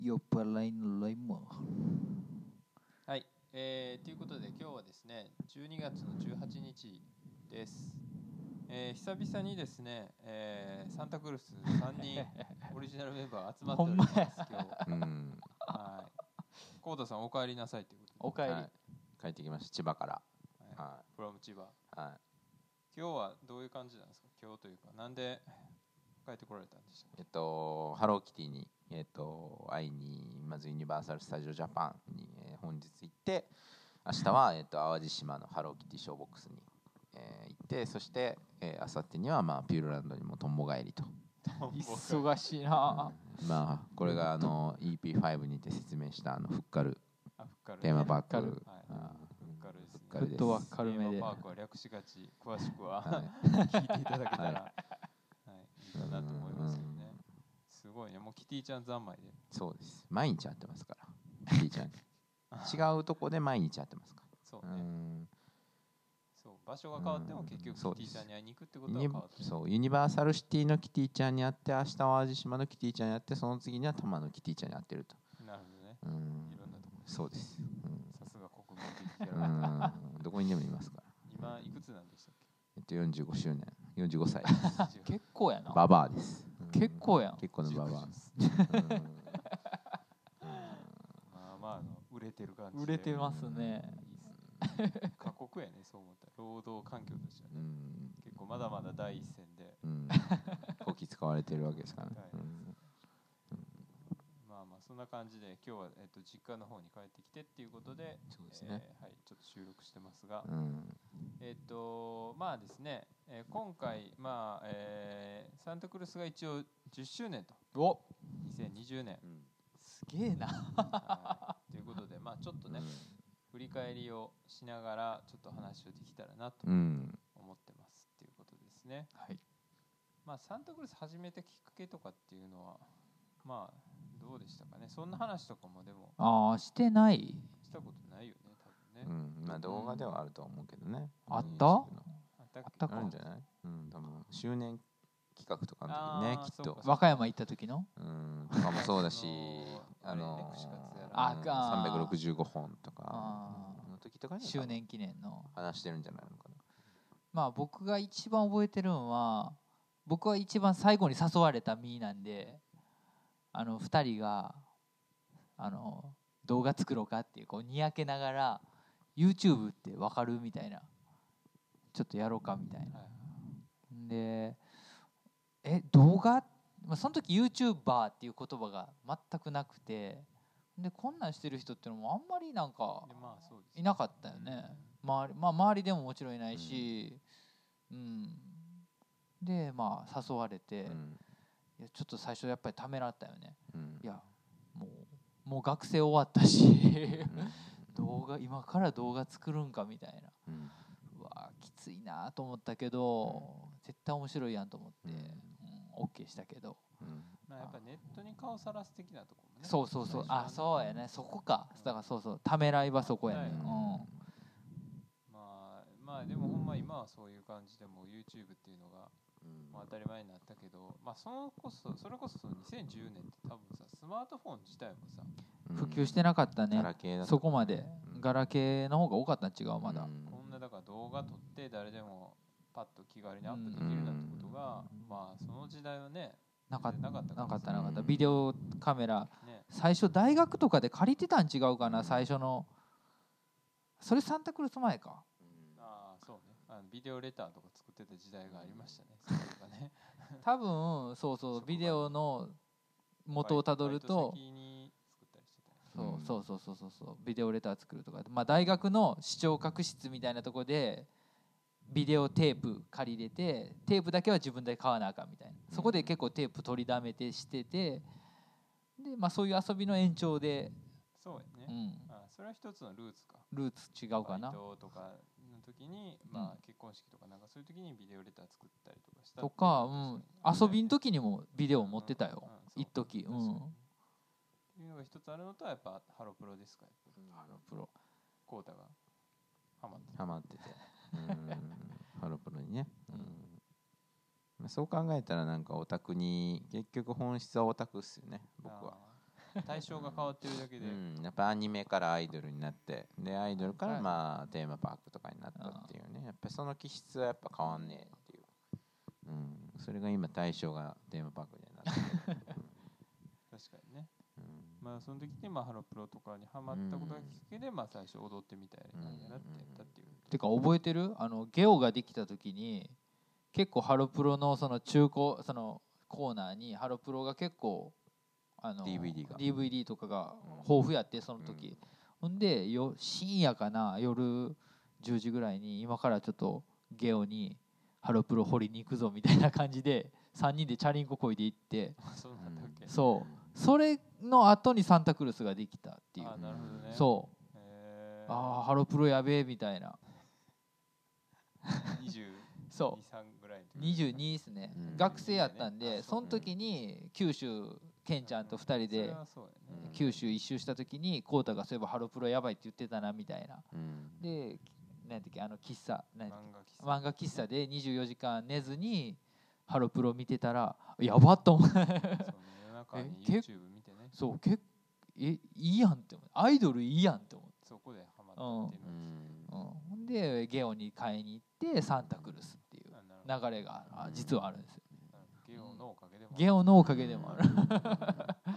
酔っ払いのライマー。 はい、ということで今日はですね12月の18日です、久々にですね、サンタクルス3人オリジナルメンバー集まっております今日。はい。コーダさんお帰りなさいということで。 お帰り、 はい、帰ってきました千葉から。 はい。from 千葉。 はい。 今日はどういう感じなんですか。今日というかなんで帰ってこられたんでしたっけ。 ハローキティに会いにまずユニバーサル・スタジオ・ジャパンに、本日行って、明日は淡路島のハローキティショーボックスに、行って、そして明後日にはピューロランドにもとんぼ帰りと。 忙しいな、 これがEP5 にて説明したフッカルテーマパーク、 フッカルですね。 フットワーク軽めで。 テーマパークは略しがち、詳しくは聞いていただけたら、いいかなと思いますよね。すごいね、もうキティちゃん三昧で。 そうです。毎日会ってますから。キティちゃんに違うとこで毎日会ってますから。 そうね。そう、場所が変わっても結局キティちゃんに会いに行くってことは変わってる。 そう、ユニバーサルシティのキティちゃんに会って、明日は淡路島のキティちゃんに会って、その次には多摩のキティちゃんに会ってると。 なるほどね。いろんなところ。 そうです。 さすが国民的キャラ。 どこにでもいますから。 今いくつなんでしたっけ ？45周年、45歳です。 結構やな。 ババアです。 結構やん。 結構のババア。 まあ売れてる感じで。 売れてますね。 過酷やね、そう思ったら。労働環境としてはね。結構まだまだ第一線で。 こき使われてるわけですからね。 まあそんな感じで今日は実家の方に帰ってきてっていうことで、 そうですね。 はい、ちょっと収録してますが、まあですね、今回サンタクルスが一応10周年と。2020年。 すげえな。 ということでちょっとね、振り返りをしながらちょっと話をできたらなと思ってますっていうことですね。 はい。 サンタクルス始めたきっかけとかっていうのはどうでしたかね。そんな話とかもでもしてない。 したことないよね、多分ね。 動画ではあると思うけどね。 あったあるんじゃない？多分周年企画とかの時にね、きっと。 和歌山行った時の？ とかもそうだし、365本とかの時とかに周年記念の話してるんじゃないのかな。 僕が一番覚えてるのは、僕は一番最後に誘われた身なんで、2人が動画作ろうかっていう、にやけながら YouTube って分かるみたいな、ちょっとやろうかみたいな、で動画、その時 YouTuber っていう言葉が全くなくて、でこんなんしてる人っていうのもあんまりなんかいなかったよね。周りでももちろんいないし、で誘われて、いやちょっと最初やっぱりためらったよね。いやもう学生終わったし今から動画作るんかみたいな、うわきついなと思ったけど、絶対面白いやんと思って、OK したけど、 やっぱネットに顔さらす的なところもね。 そうそうやね、そこか。だからそうためらいはそこやね。 でもほんま今はそういう感じでも YouTube っていうのが当たり前になったけど、それこそ2010年って多分さ、スマートフォン自体もさ普及してなかったね。そこまでガラケーの方が多かったん違う、まだ。 こんなだから動画撮って誰でもパッと気軽にアップできるなんてことが、その時代はねなかった。 ビビデオカメラ、最初大学とかで借りてたん違うかな、最初の。それサンタクルス前か。 そうね、ビデオレターとか作ってた時代がありましたね。それとかね多分そうビデオの元をたどると、そうビデオレター作るとか、大学の視聴覚室みたいなところでビデオテープ借りれて、テープだけは自分で買わなあかんみたいな、そこで結構テープ取りだめてしてて、でそういう遊びの延長で、 そうやね、それは一つのルーツか。 ルーツ違うかな。 バイトとかの時に、結婚式とかそういう時にビデオレター作ったりとかしたとか、遊びの時にもビデオ持ってたよ、一時。っていうのが一つあるのと、やっぱハロプロですか。 ハロプロ、 コウタがハマっててハロプロにね。そう考えたらなんかオタクに結局本質はオタクっすよね、僕は。 対象が変わってるだけで、 やっぱアニメからアイドルになって、でアイドルからまあテーマパークとかになったっていうね、やっぱりその気質はやっぱ変わんねえっていう、それが今対象がテーマパークになってる、 確かにね、まあその時にまあハロプロとかにハマったことがきっかけで、まあ最初踊ってみたいな感じになってやったっていう。 てか覚えてる？ゲオができた時に結構ハロプロのその中古そのコーナーにハロプロが結構DVD とかが豊富やって、その時、ほんで深夜かな、夜10時ぐらいに今からちょっとゲオにハロプロ掘りに行くぞみたいな感じで3人でチャリンコこいで行って、 そうなんだっけ。 それの後にサンタクルスができたっていう。 あ、なるほどね。 ハロプロやべえみたいな。 そう、23ぐらいの時 22ですね、学生やったんで、その時に九州ケンちゃんと2人で九州一周した時にコウタがそういえばハロプロやばいって言ってたなみたいな、で何だっけ、漫画喫茶で24時間寝ずにハロプロ見てたらやばっと思う。 夜中に YouTube 見てね、 そういいやんって思う、アイドルいいやんって思う、 そこでハマったっていうほんでゲオに買いに行ってサンタクルスっていう流れが実はあるんですよ。 ゲオのおかげでもゲオのおかげでもある。 そんなサンタク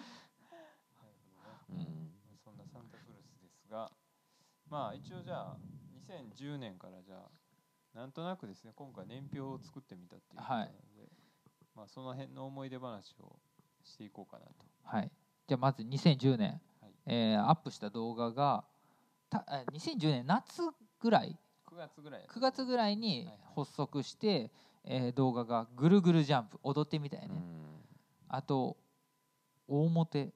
ルスですが、まあ一応じゃあ2010年からじゃあなんとなくですね、今回年表を作ってみたっていうことなので、まあその辺の思い出話をしていこうかなと。 はい。じゃあまず2010年、アップした動画が2010年夏ぐらい、9月ぐらいに発足して、動画がぐるぐるジャンプ、踊ってみたいね、あと大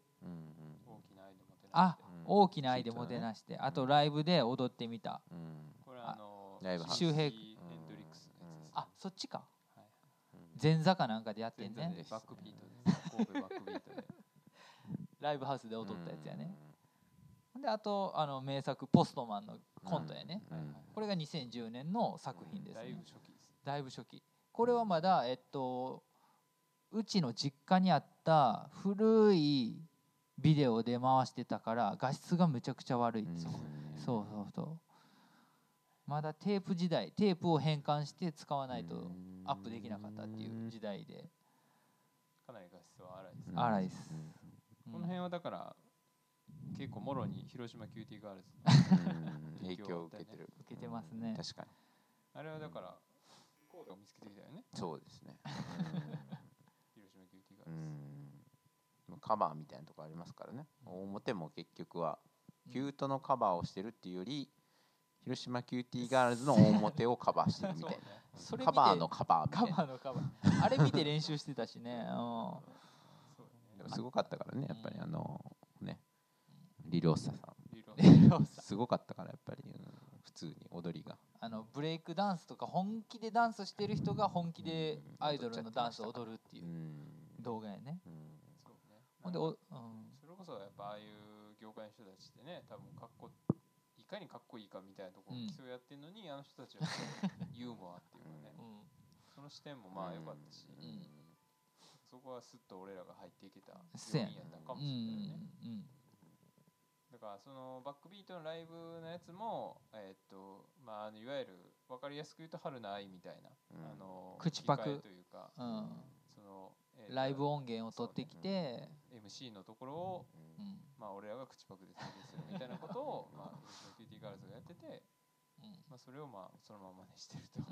きな愛でもてなして、あとライブで踊ってみた、 これ周平、そっちか、前座かなんかでやってんね、 バックビートです、神戸バックビートでライブハウスで踊ったやつやね。であと名作ポストマンのコントやね、これが2010年の作品ですね、だいぶ初期。これはまだうちの実家にあった古いビデオで回してたから画質がめちゃくちゃ悪い、そうまだテープ時代、テープを変換して使わないとアップできなかったっていう時代で、 かなり画質は荒いです、 この辺はだから結構もろに広島キューティーガールズ影響を受けてますね。 確かにあれはだからコードを見つけてきたよね。 そうですね。 広島キューティーガールズカバーみたいなところありますからね。表も結局はキュートのカバーをしてるっていうより、広島キューティーガールズの表をカバーしてるみたいな。カバーのカバーみたいな。 あれ見て練習してたしね。 でもすごかったからね、やっぱりリロッサさんすごかったから、やっぱり普通に踊りがブレイクダンスとか本気でダンスしてる人が本気でアイドルのダンスを踊るっていう動画やね。ほんでそれこそやっぱああいう業界の人たちってね、多分いかにかっこいいかみたいなところを競いやってるのに、あの人たちはユーモアっていうかね、その視点もまあ良かったし、そこはすっと俺らが入っていけた要因やったかもしれないね。だからそのバックビートのライブのやつも、まあいわゆる分かりやすく言うと春の愛みたいな、 口パクというか、そのライブ音源を取ってきて、 MC のところを、まあ俺らが口パクで再現するみたいなことをまあ広島キューティーガールズがやってて、まあそれをまあそのままにしてると、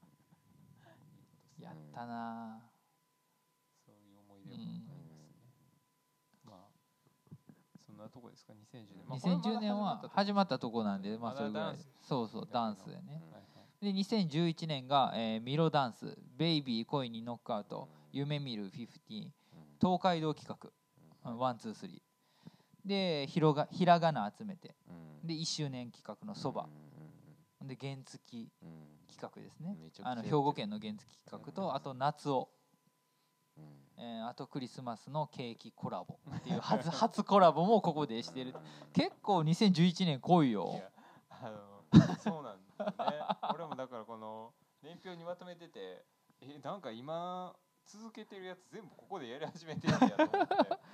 やったな。 そういう思い出もありますね。まあそんなとこですか。 2010年は始まったとこなんで、まあそれぐらい。そうダンスでね。で2011年がミロダンス、ベイビー恋にノックアウト、夢見る15、東海道企画、1、2、3でひらがな集めて、で1周年企画のそばで原付企画ですね、兵庫県の原付企画と、あと夏を、あとクリスマスのケーキコラボっていう初コラボもここでしてる。結構2011年濃いよ。 そうなんだね。俺もだからこの年表にまとめてて、なんか今続けてるやつ全部ここでやり始めてるんやと思って。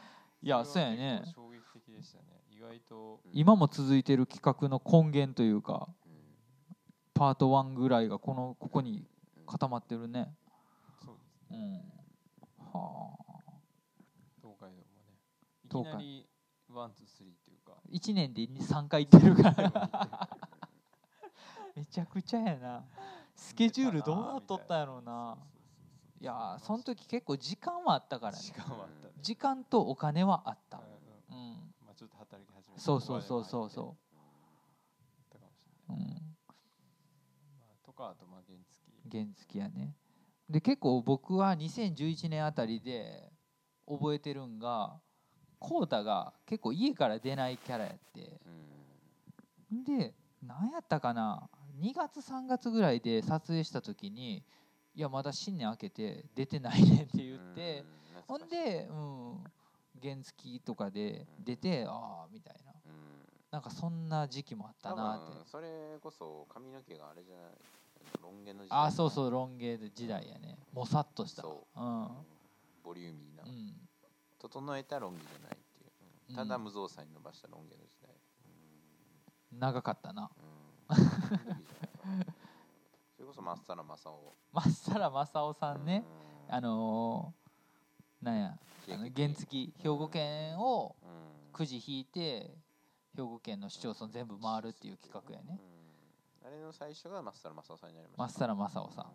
いやそうやね結構衝撃的でしたね。意外と今も続いてる企画の根源というかパート1ぐらいがここに固まってるね。 そうですね。 うん、はあ。 東海道もね、いきなりワンツースリーというか 1年で3回行ってるからめちゃくちゃやな。スケジュールどうなっとったんやろうな。いやその時結構時間はあったからね。 時間はあったね。 時間とお金はあった。 うん。 うん、 まあちょっと働き始めた。 そうそうそうそうそう。 かもしれない。まあとかあとまあ原付やね。で結構僕は2011年あたりで覚えてるんが、コウタが結構家から出ないキャラやって、で何やったかな、2月3月ぐらいで撮影した時に、いやまだ新年明けて出てないねって言って、ほんで、原付とかで出て、ああみたいな、なんかそんな時期もあったなって。 それこそ髪の毛があれじゃない、ロン毛の時代。 ああそうそう、ロン毛時代やね。もさっとした、 ボリューミーな、整えたロン毛じゃないっていう、ただ無造作に伸ばしたロン毛の時代、 長かったな。 それこそ松原正雄さんね、なんや、原付兵庫県をくじ引いて兵庫県の市町村全部回るっていう企画やね。 あれの最初が松原正雄さんになりました。 松原正雄さん、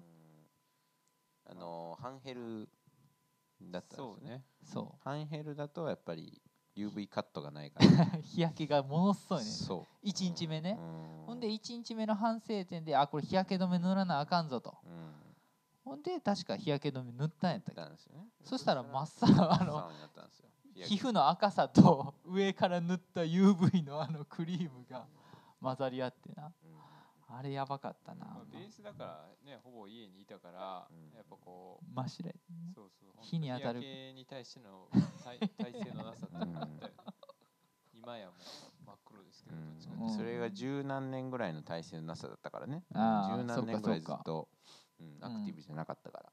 ハンヘルだったんですよね。そうハンヘルだとやっぱり UV カットがないから日焼けがものすごいね。 そう 1日目ね。ほんで1日目の反省点で、これ日焼け止め塗らなあかんぞと、ほんで確か日焼け止め塗ったんやったっけ。そしたら真っさら皮膚の赤さと上から塗った UV のクリームが混ざり合ってな、あれやばかったな。 ベースだからね、ほぼ家にいたから、やっぱこう真っ白い、 そうそう、 日に当たる日焼けに対しての耐性のなさってあったよね。今やもう真っ黒ですけど、どっちかっていうとそれが十何年ぐらいの耐性のなさだったからね。十何年ぐらいずっとアクティブじゃなかったから。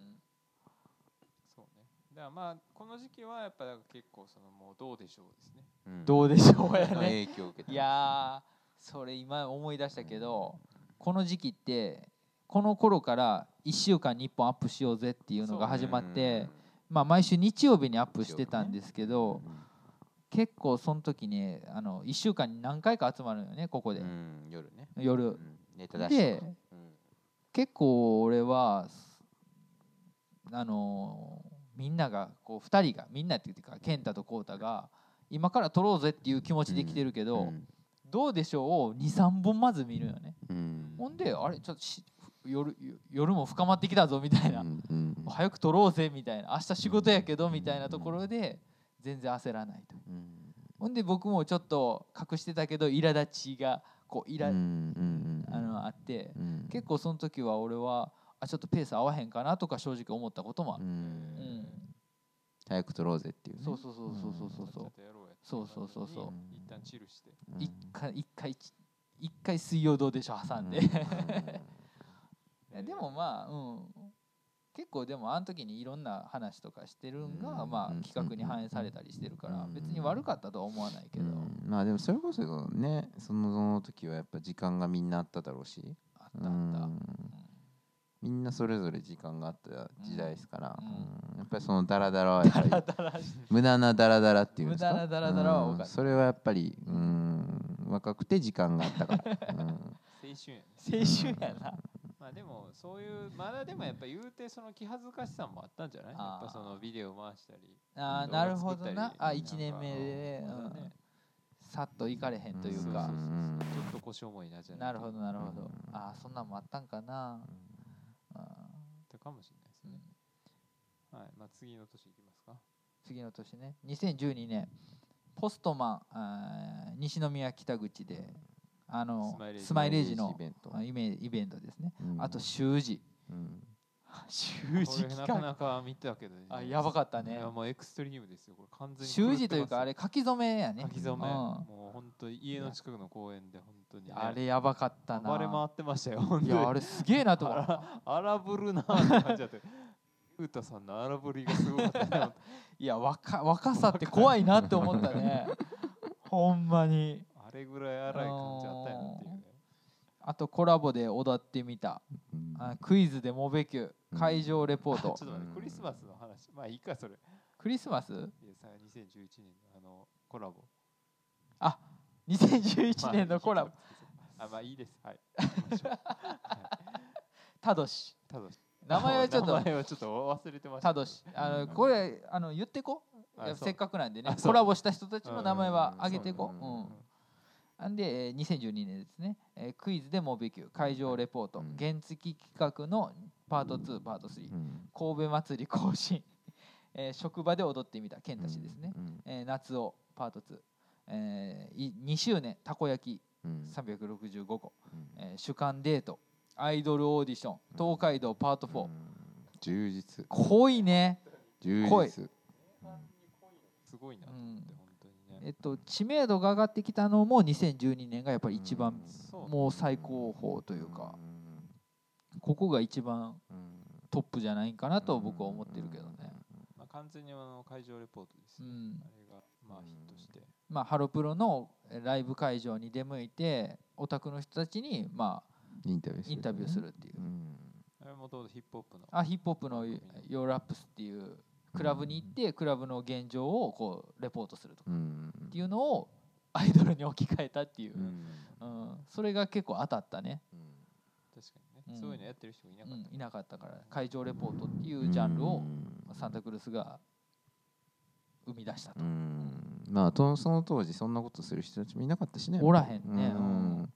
そうね。だからまあこの時期はやっぱ結構そのもうどうでしょうですね。 どうでしょうやね。 影響を受けた。 いやそれ今思い出したけど、この時期ってこの頃から1週間に1本アップしようぜっていうのが始まって、まあ毎週日曜日にアップしてたんですけど、結構その時に1週間に何回か集まるよね、ここで。 夜ね。 夜。 ネタ出しで結構俺はみんながこう2人がみんなっていうか健太と浩太が今から撮ろうぜっていう気持ちで来てるけど、どうでしょうを 2,3 本まず見るよね。ほんであれちょっと夜も深まってきたぞみたいな、早く撮ろうぜみたいな、明日仕事やけどみたいなところで全然焦らないと。ほんで僕もちょっと隠してたけど苛立ちがこうあって、結構その時は俺はちょっとペース合わへんかなとか正直思ったこともある。 早く撮ろうぜっていうね。 そうそうそうそうそうそうそうそうそうそう、 一旦チルして一回水曜どうでしょう挟んででもまあ結構でもあの時にいろんな話とかしてるんがまあ企画に反映されたりしてるから別に悪かったとは思わないけど、 まあでもそれこそね、その時はやっぱ時間がみんなあっただろうし、 あったあったみんなそれぞれ時間があった時代ですから、やっぱりそのダラダラはやっぱり無駄なダラダラっていうんですか、 無駄なダラダラは多かった。 それはやっぱり若くて時間があったから、 青春やね。 青春やな。 まあでもそういうまだでもやっぱ言うてその気恥ずかしさもあったんじゃない？やっぱそのビデオ回したり、 なるほどな。1年目でさっと行かれへんというか、 ちょっと腰重いなじゃない。 なるほどなるほど。そんなんもあったんかな。 ってかもしれないですね。はい、まあ次の年いきますか。 次の年ね。2012年ポストマン西宮北口でスマイレージのイベントですね。あと習字。習字企画。 なかなか見たけど、 やばかったね。 もうエクストリームですよ。これ完全に。 習字というかあれ書き初めやね。 書き初め。もう本当家の近くの公園で本当に。 あれやばかったな。 暴れ回ってましたよ。 いやあれすげえなと思う。 荒ぶるなって感じだった。 ゆうたさんの荒ぶりがすごかったね。 いや若さって怖いなって思ったねほんまに。 あれぐらい荒い感じあったんやなっていうね。 あとコラボで踊ってみた、クイズでモベキュ会場レポート、 ちょっと待って、クリスマスの話、まあいいかそれ。 クリスマスいやさ2011年のコラボ。 あ、2011年のコラボ、 あ、まあいいです。はい。 たどし、 名前はちょっと忘れてました。 たどし、これ言ってこ、せっかくなんでね、コラボした人たちの名前は挙げてこ。なんで2012年ですね、クイズでモベキュ会場レポート、原付企画のパート2パート3、神戸祭り更新、職場で踊ってみた健太氏ですね、夏をパート2、2周年たこ焼き365個、主観デートアイドルオーディション東海道パート4、 充実、 濃いね、 濃い、すごいなと思って、本当にね。 知名度が上がってきたのも2012年がやっぱり一番、もう最高峰というか、ここが一番トップじゃないかなと僕は思ってるけどね。 まあ、完全に会場レポートですね、あれがまあヒットして、 まあ、ハロプロのライブ会場に出向いてオタクの人たちにまあインタビューするっていう、 あれもともとヒップホップのヒップホップのヨーラップスっていうクラブに行ってクラブの現状をこうレポートするとかっていうのをアイドルに置き換えたっていう、それが結構当たったね。 確かにね、そういうのやってる人いなかったから会場レポートっていうジャンルをサンタクルースが生み出したと。 まあその当時そんなことする人たちもいなかったしね。 おらへんね。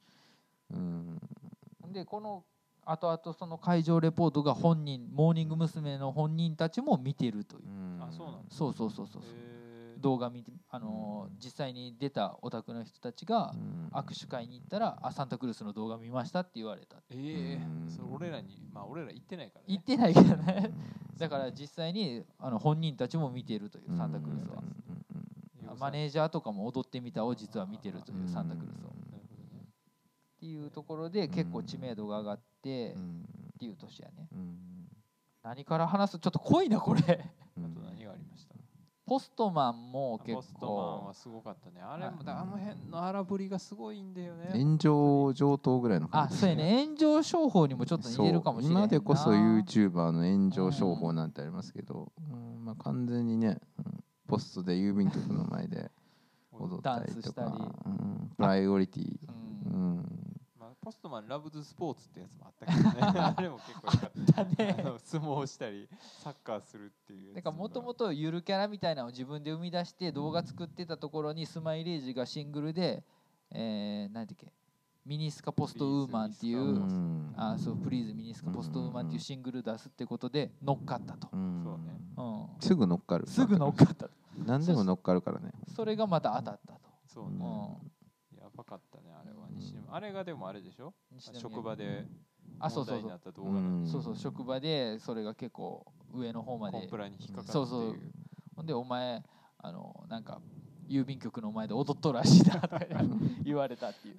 でこの後々その会場レポートが本人モーニング娘。の本人たちも見てるという。 あ、そうなんです。 そう動画見て実際に出たオタクの人たちが握手会に行ったらサンタクルースの動画見ましたって言われた。 それ俺ら行ってないからね。 行ってないけどねだから実際に本人たちも見ているというサンタクルースは。マネージャーとかも踊ってみたを実は見てるというサンタクルースを。っていうところで結構知名度が上がってっていう年やね。何から話す？ちょっと濃いなこれ。 あと何がありました？ ポストマンも結構。 ポストマンはすごかったね。あれもあの辺の荒ぶりがすごいんだよね。 炎上上等ぐらいの感じ。そうやね。炎上商法にもちょっと似てるかもしれない。 今でこそ YouTuber の炎上商法なんてありますけど、まあ完全にね、ポストで郵便局の前で踊ったりとか、プライオリティ。 ポストマンラブズスポーツってやつもあったけどねあれも結構良かったね相撲したりサッカーするっていうやつ。 もともとゆるキャラみたいなのを自分で生み出して動画作ってたところにスマイレージがシングルで何だっけミニスカポストウーマンっていうプリーズミニスカポストウーマンっていうシングル出すってことで乗っかったと。 すぐ乗っかる。 すぐ乗っかったと。 何でも乗っかるからね。 それがまた当たったと。 そうね。やばかったねあれは。あれがでもあれでしょ、職場で問題になった動画なんで。 そう職場でそれが結構上の方までコンプラに引っかかるっていう。 ほんでお前なんか郵便局の前で踊っとるらしいなとか言われたっていう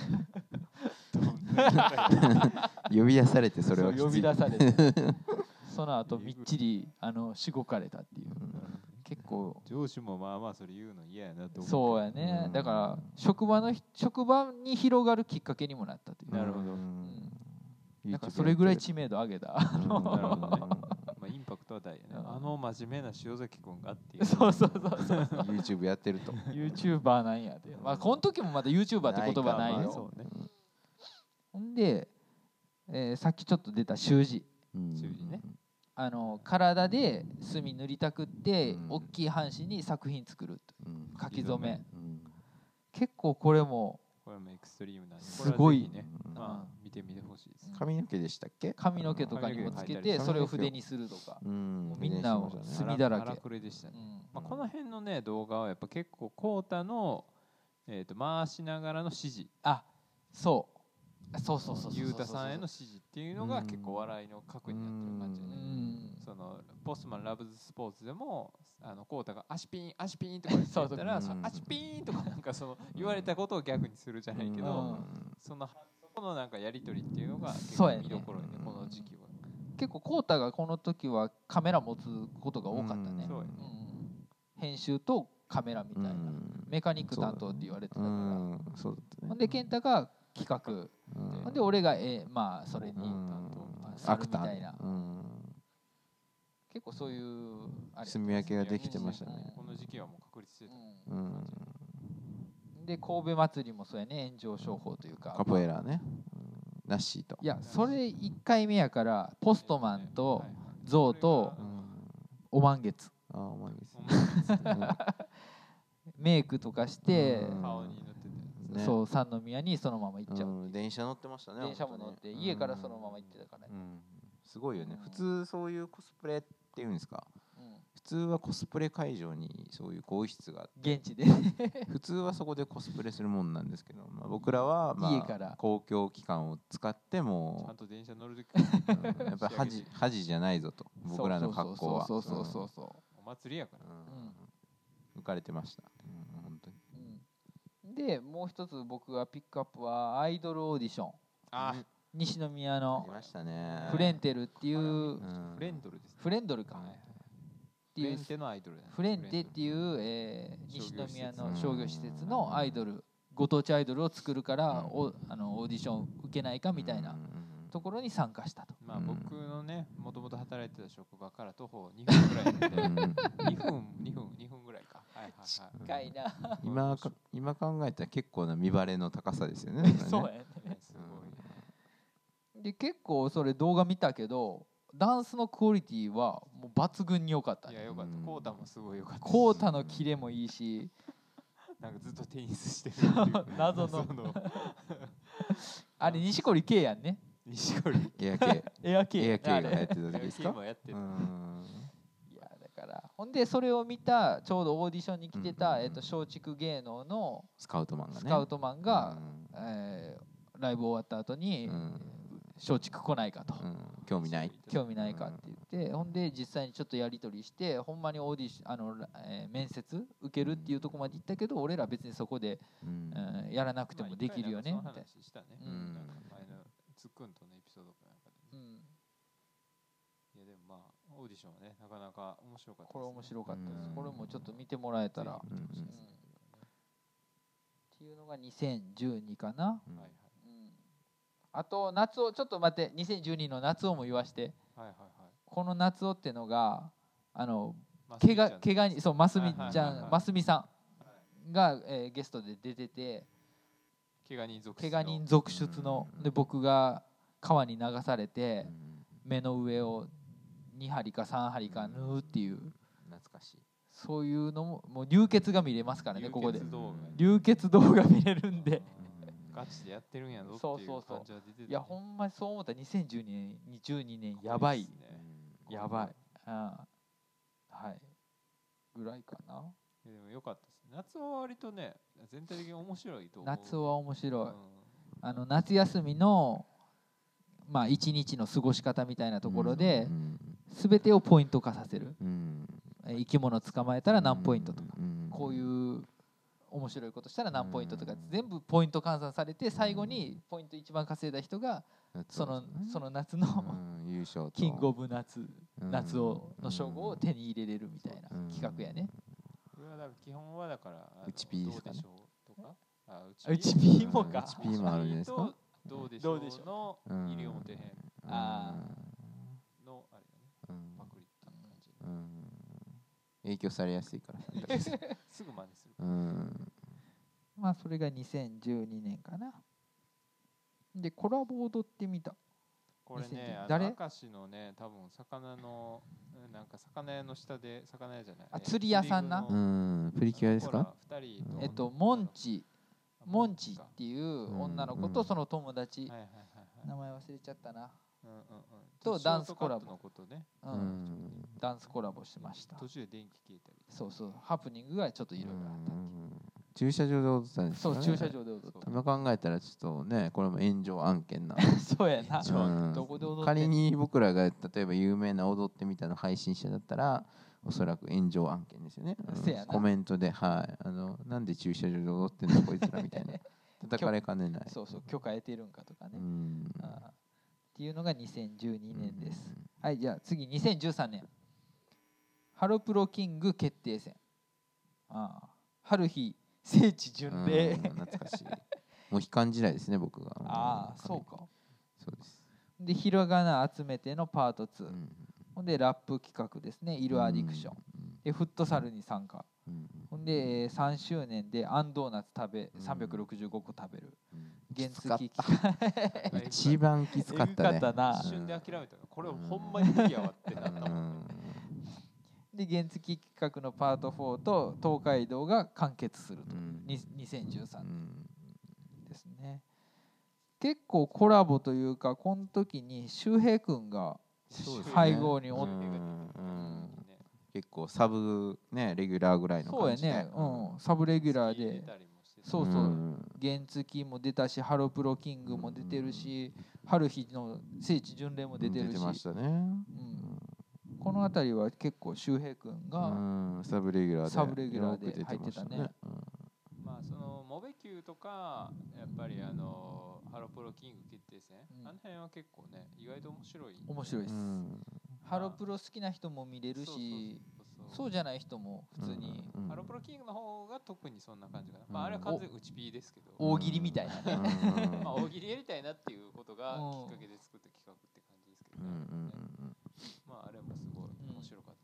呼び出されてそれはきつい。 呼び出されてその後みっちりしごかれたっていう。結構上司もまあまあそれ言うの嫌やなと思う。 そうやね。だから職場に広がるきっかけにもなったという。 なるほど。 だからそれぐらい知名度上げた。 なるほどね。まあインパクトは大やね。真面目な塩崎君がっていう。 そう。 YouTube やってると。 YouTuber なんやで。まあこの時もまだ YouTuber って言葉ないよ。ほんでさっきちょっと出た習字。 習字ね。 体で墨塗りたくって大きい半紙に作品作る書き初め。結構これもエクストリームなんで、 すごいね。まあ見てみてほしいです。 髪の毛でしたっけ？ 髪の毛とかにもつけてそれを筆にするとか。みんな墨だらけ。 これでしたね。まあこの辺のね動画はやっぱ結構コータの回しながらの指示。 そうゆうたさんへの指示っていうのが結構笑いの核になってる感じでね。そのポストマンラブズスポーツでもコータが足ピンとか言ったら足ピンとかなんかその言われたことを逆にするじゃないけど、そこのなんかやり取りっていうのが結構見どころねこの時期は。 結構コウタがこの時はカメラ持つことが多かったね、 そうやね編集とカメラみたいな、メカニック担当って言われてたから、 そうだったね。 ほんで健太が企画、ほんで俺がまあそれに去るみたいな、結構そういうあれ住み分けができてましたね。 この時期はもう確立してた。 で神戸祭りもそうやね、炎上商法というかカポエラね、ナッシーと。 いやそれ1回目やから、ポストマンとゾウとお満月、 お前ですメイクとかして顔に塗ってたやつ。 そう三宮にそのまま行っちゃう、 電車乗ってましたね。 電車も乗って家からそのまま行ってたからね、 すごいよね。普通そういうコスプレっていうんですか、普通はコスプレ会場にそういう更衣室があって現地で普通はそこでコスプレするもんなんですけど、僕らは家から公共機関を使ってちゃもんと電車乗るときやっぱり恥じゃないぞと、僕らの格好はそうお祭りやから浮かれてました、本当に。 でもう一つ僕がピックアップはアイドルオーディション、西宮のフレンテルっていう、 フレンドルですね、 フレンドルか、 フレンテのアイドル、 フレンテっていう、西宮の商業施設のアイドル、ご当地アイドルを作るから、オーディション受けないかみたいなところに参加したと。 まあ僕のね、もともと働いてた職場から徒歩2分ぐらいなんで2分ぐらいか。 近いな。 今考えたら結構な見晴れの高さですよね。 そうやね。 すごい。 で結構それ動画見たけど、ダンスのクオリティはもう抜群に良かった、ね。 いや良かった。コウタもすごい良かった。 コウタのキレもいいし、 なんかずっとテニスしてるっていう謎のあれ西堀圭やんね。 西堀エア系エア系がやってた時ですか。 もやってた。 いやだからほんでそれを見たちょうどオーディションに来てた松竹芸能のスカウトマンがライブ終わった後に松竹来ないかと、興味ないかって言って、ほんで実際にちょっとやり取りして、ほんまにオーディション面接受けるっていうところまで行ったけど、俺ら別にそこでやらなくてもできるよねみたいな。 前のつっくんとのエピソードなんかでね。いやでもまあオーディションはね、なかなか面白かったです。 これ面白かったです。これもちょっと見てもらえたらっていうのが2012かな。あと夏をちょっと待って、2012の夏をも言わして、この夏をっていうのが怪我にそうますみちゃん、ますみさんがゲストで出てて、怪我人続出ので、僕が川に流されて目の上を2針か3針か縫うっていう、 懐かしい、 そういうのもう流血が見れますからね。ここで流血動画見れるんでガチでやってるんやぞっていう感じは出てた。 いやほんまにそう思った。2012年やばい、やばい、はいぐらいかな。 でも良かったです。夏は割とね、全体的に面白いと思う。 夏は面白い、夏休みのまあ一日の過ごし方みたいなところで全てをポイント化させる、生き物捕まえたら何ポイントとか、こういう面白いことしたら何ポイントとか全部ポイント換算されて、最後にポイント一番稼いだ人がその夏の優勝キングオブ夏王の称号を手に入れれるみたいな企画やね。 これはだから基本はだからうちピーですかね。 うちピーもか。 うちピーもあるんですか。 どうでしょうの西表編のあれだね、パクリっていう感じ。 影響されやすいからすぐ真似する。 まあそれが2012年かな。でコラボ踊ってみた。 これね、明石のね、多分魚のなんか魚屋の下で、魚屋じゃない、 釣り屋さんな。 プリキュアですか。 モンチっていう女の子とその友達、名前忘れちゃったな、とダンスコラボのことね、ダンスコラボしました。 途中で電気消えたり、 そうそう、ハプニングがちょっといろいろあった。 駐車場で踊ったんですかね。そう、駐車場で踊った。 今考えたらちょっとね、これも炎上案件なそうやな、どこで踊って。 仮に僕らが例えば有名な踊ってみたの配信者だったらおそらく炎上案件ですよね。コメントで、なんで駐車場で踊ってんのこいつらみたいな叩かれかねない。 そうそう、許可得てるんかとかね。っっていうのが2012年です。はい、じゃあ次2013年ハロプロキング決定戦。春日聖地巡礼。 懐かしい。モヒカン時代ですね、僕が。 そうか。 そうです。 でひらがな集めてのパート2、ほんでラップ企画ですね、イルアディクション、でフットサルに参加、ほんで3周年でアンドーナツ365個食べる、原付き一番きつかったね。 一瞬で諦めたの、これほんまに無理やわってなったもん。 で原付き企画のパート4と東海道が完結すると、2013年ですね。結構コラボというか、この時に周平君が配合におって、 結構サブね、レギュラーぐらいの感じで、 そうやね、サブレギュラーで、そうそう、原付も出たし、ハロプロキングも出てるし、春日の聖地巡礼も出てるし、 出てましたね。 この辺りは結構周平君がサブレギュラーで入ってたね。 まあそのモベキューとかやっぱりハロプロキング決定戦、あの辺は結構ね意外と面白いです。ハロプロ好きな人も見れるし、そうじゃない人も普通に、 ハロプロキングの方が特にそんな感じかな。まああれは完全に打ちピーですけど、 大喜利みたいなね。 まあ大喜利やりたいなっていうことがきっかけで作った企画って感じですけどね。まああれもすごい面白かった。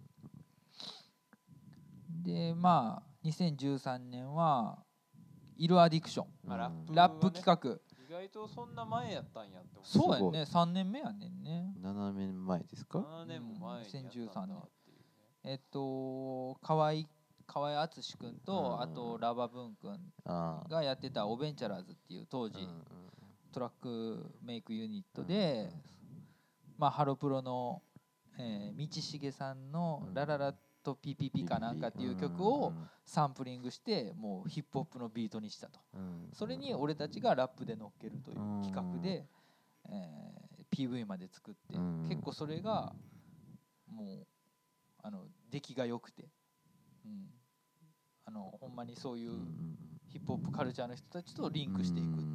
でまあ2013年はイルアディクション、ラップ企画。 意外とそんな前やったんやって思う。 そうやね、3年目やねんね。 7年前ですか。 7年も前にやったんだっていうね。河合敦君と、あとラバブーン君がやってたオベンチャラーズっていう当時トラックメイクユニットで、まあハロプロの道重さんのラララと PPP かなんかっていう曲をサンプリングしてもうヒップホップのビートにしたと、それに俺たちがラップで乗っけるという企画で、PV まで作って、結構それがもう出来が良くて、ほんまにそういうヒップホップカルチャーの人たちとリンクしていくっていう。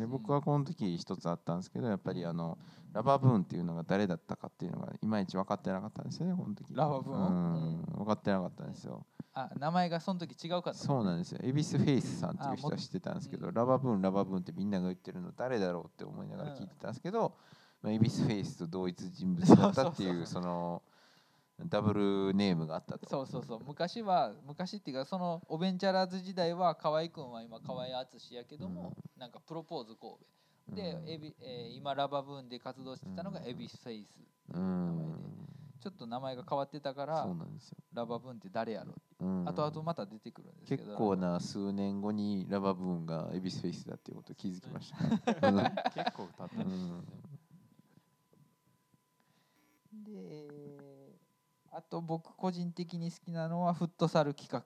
で僕はこの時一つあったんですけど、やっぱりラバブーンっていうのが誰だったかっていうのがいまいち分かってなかったんですよね、この時。 ラバブーン、 分かってなかったんですよ。 名前がその時違うかった、 そうなんですよ。エビス・フェイスさんっていう人は知ってたんですけど、ラバブーンってみんなが言ってるの誰だろうって思いながら聞いてたんですけど、エビス・フェイスと同一人物だったっていうそのダブルネームがあったと。 そう昔っていうか、そのオベンチャラーズ時代は河合君は今河合敦やけども、なんかプロポーズ神戸で、今ラバブーンで活動してたのがエビス・フェイスっていう名前で、ちょっと名前が変わってたから、ラバブーンって誰やろって、後々また出てくるんですけど、 結構な数年後にラバブーンがエビス・フェイスだっていうことを気づきました。 結構経ったんですね。 であと僕個人的に好きなのはフットサル企画。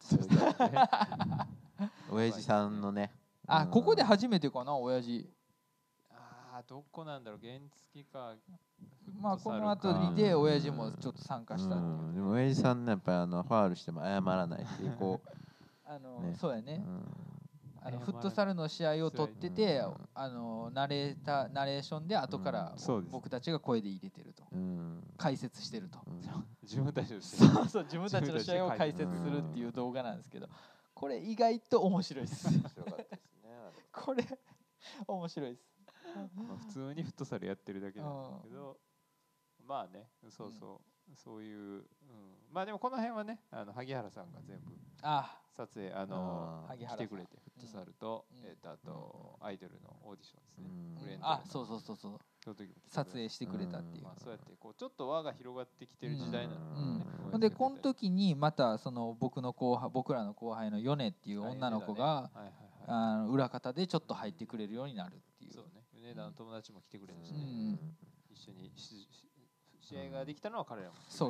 親父さんのね、 ここで初めてかな、親父。 どこなんだろう、原付か。 まあこの後にで親父もちょっと参加したっていう。 でも親父さんね、やっぱりファウルしても謝らないっていうこうそうやね。フットサルの試合を撮ってて、ナレーションで後から僕たちが声で入れてると、解説してると、 自分たちの試合を解説するっていう動画なんですけど、これ意外と面白いです。これ面白いです。 普通にフットサルやってるだけなんだけど、まあね、そういう、まあでもこの辺はね、萩原さんが全部撮影来てくれて、フットサルとあとアイドルのオーディションですね。 そう撮影してくれたっていう。 そうやってこうちょっと輪が広がってきてる時代なので、この時にまたその僕らの後輩のヨネっていう女の子が裏方でちょっと入ってくれるようになるっていう。 そうね、米田の友達も来てくれたしね、一緒に試合ができたのは彼らも。 そう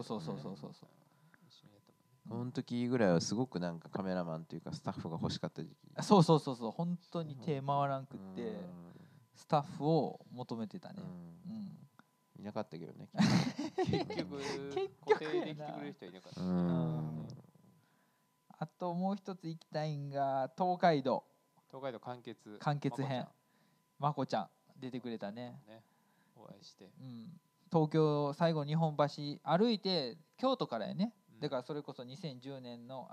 この時ぐらいはすごくなんかカメラマンというかスタッフが欲しかった時期。 そう本当に手回らんくってスタッフを求めてたね。 いなかったけどね。 結局固定で来てくれる人はいなかった。 あともう一つ行きたいんが東海道完結編、まこちゃん出てくれたね。 ね、お会いして、 うん、東京最後日本橋歩いて京都からやね、だからそれこそ2011年の、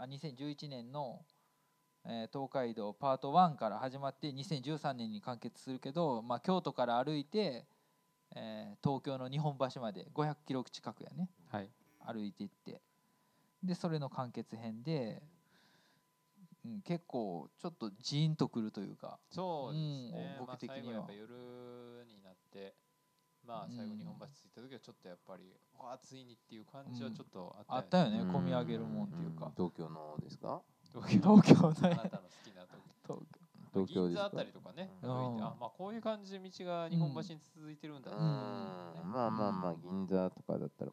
東海道パート1から始まって2013年に完結するけど、まあ、京都から歩いて、東京の日本橋まで500キロ近くやね、 はい、 歩いていって、でそれの完結編で、結構ちょっとジーンとくるというか、 そうですね、 僕的には、 最後やっぱ夜になって、最後日本橋着いた時はちょっとやっぱり、ついにっていう感じはちょっとあったよね、 うん込み上げるもんっていうか、 東京のですか？ 東京あなたの好きな東京ですか？ 銀座あたりとかね、歩いて、こういう感じで道が日本橋に続いてるんだっていうね、 まあ銀座とかだったら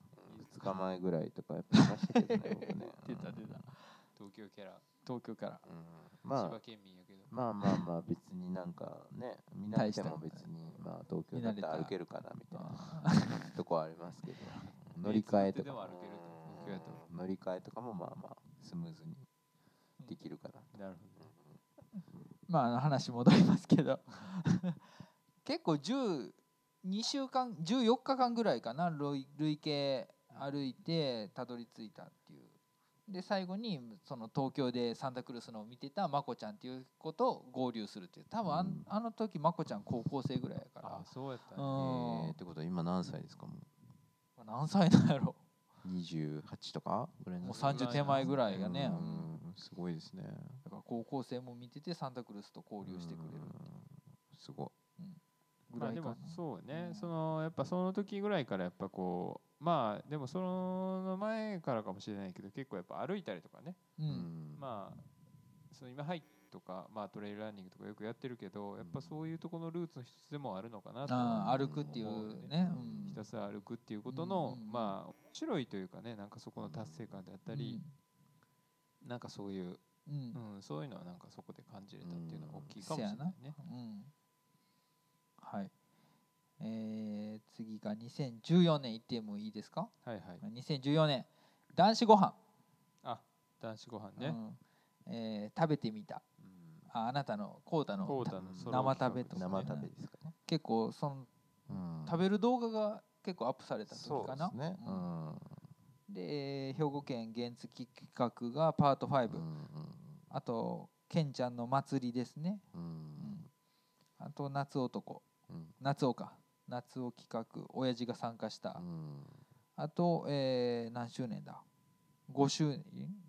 2日前ぐらいとかやっぱりいましたけどね僕ね出た東京キャラ、 まあ千葉県民やけど、 まあ別になんかね見なくても別にまあ東京だって歩けるかなみたいなとこはありますけど、乗り換えとか乗り換えとかもまあスムーズにできるかな。 なるほど。 まあ話戻りますけど結構2週間14日間ぐらいかな、累計歩いてたどり着いたっていう。で最後にその東京でサンタクルスのを見てたまこちゃんっていう子と合流するっていう。多分あの時まこちゃん高校生ぐらいやから。 そうやったね。 ってことは今何歳ですか？もう何歳なんやろ、 28とかぐらいの、 もう30手前ぐらいがね、 すごいですね。 だから高校生も見ててサンタクルスと交流してくれる、 すごい、 ぐらいかな。 でもそうね、やっぱその時ぐらいからやっぱこう、でもその前からかもしれないけど、結構やっぱ歩いたりとかね、その今ハイとか、トレイルランニングとかよくやってるけど、やっぱそういうところのルーツの一つでもあるのかなと、 歩くっていうね、 ひたすら歩くっていうことの、面白いというかね、なんかそこの達成感であったり、なんかそういう、そういうのはなんかそこで感じれたっていうのは大きいかもしれないね。 はい。次が2014年いってもいいですか？ はいはい。 2014年男子ご飯。 男子ご飯ね。 食べてみた。あなたのコータの生食べとか、 生食べですかね。 結構食べる動画が結構アップされた時かな。 そうですね。 で兵庫県原付企画がパート5、あとケンちゃんの祭りですね、あと夏男、夏男企画親父が参加した、あと、何周年だ、5周年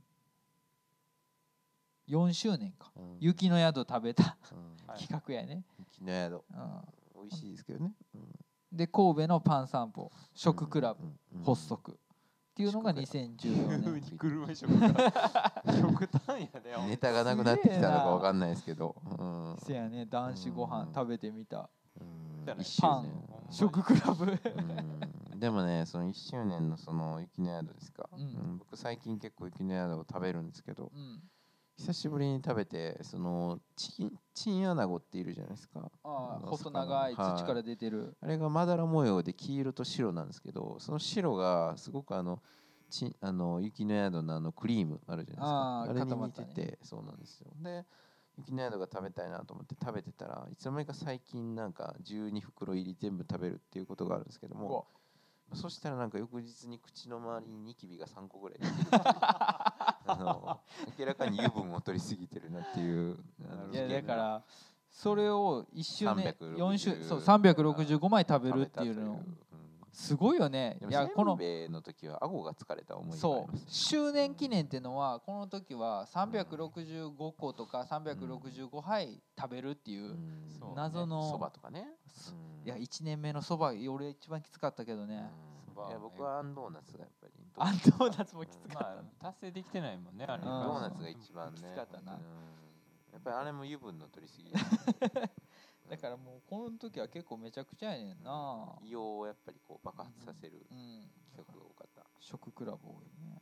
4周年か、雪の宿食べた企画やね。 雪の宿、美味しいですけどね。 で神戸のパン散歩食クラブ発足っていうのが2014年。 グルメ食単やね。 ネタがなくなってきたのかわかんないですけど。 せやね、男子ご飯食べてみた。 パン食クラブ。 でもね、その1周年のその雪の宿ですか。僕最近結構雪の宿を食べるんですけど、久しぶりに食べて、そのチンアナゴっているじゃないですか。 細長い土から出てる、 あれがまだら模様で黄色と白なんですけど、その白がすごく雪の宿のクリームあるじゃないですか。あれに似てて、そうなんですよ。で雪の宿が食べたいなと思って食べてたら、いつの間にか最近なんか12袋入り全部食べるっていうことがあるんですけども、そしたらなんか翌日に口の周りにニキビが3個ぐらい出てるっていう明らかに油分を取りすぎてるなっていう。 いやだからそれを1周年4周そう 365 枚食べるっていうのすごいよね。 いやこのせんべいの時は顎が疲れた思いがあります。 周年記念っていうのはこの時は365個とか365杯食べるっていう謎のそばとかね。 いや1年目のそば俺一番きつかったけどね。 いや僕はアンドーナツがやっぱりアンドーナツもきつかった。 達成できてないもんね。 ドーナツが一番ねきつかったな。 やっぱりあれも油分の取りすぎだからもうこの時は結構めちゃくちゃやねんな。 胃をやっぱりこう爆発させる企画が多かった。 食クラブ多いね。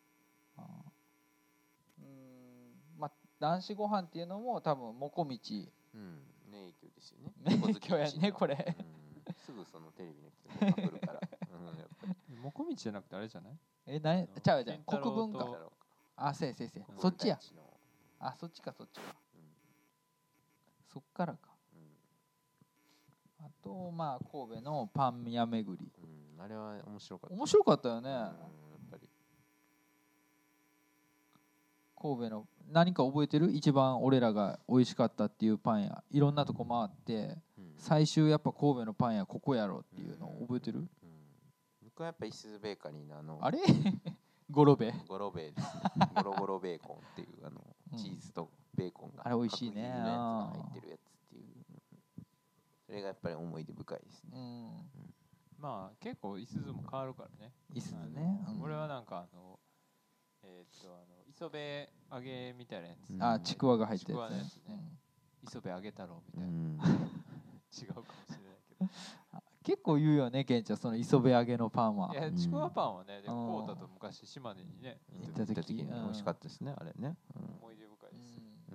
男子ご飯っていうのも多分もこみち影響ですよね。 影響やねこれ。 すぐそのテレビの人が来るから。 もこみちじゃなくてあれじゃない？ ちゃうじゃん。国分か。せいそっちや。そっちか。そっからか。 あとまあ神戸のパン屋巡り、 あれは面白かった。 面白かったよね、 やっぱり神戸の何か覚えてる？一番俺らが美味しかったっていうパン屋、いろんなとこ回って最終やっぱ神戸のパン屋ここやろっていうのを覚えてる？ 僕はやっぱイスベーカリーのあれゴロベゴロベーですね。ゴロゴロベーコンっていうチーズとベーコンがあれ美味しいね角切りのやつが入ってるやつっていう、それがやっぱり思い出深いですね。 まあ結構いすゞも変わるからね。 いすゞね、 俺はなんか磯辺揚げみたいなやつ、 あちくわが入ったやつ、 ちくわのやつね、磯辺揚げ太郎みたいな、違うかもしれないけど結構言うよねケンちゃん、その磯辺揚げのパンは。 いやちくわパンはね、でもこうだと昔島根にね行った時に美味しかったですね、あれね。 思い出深いです。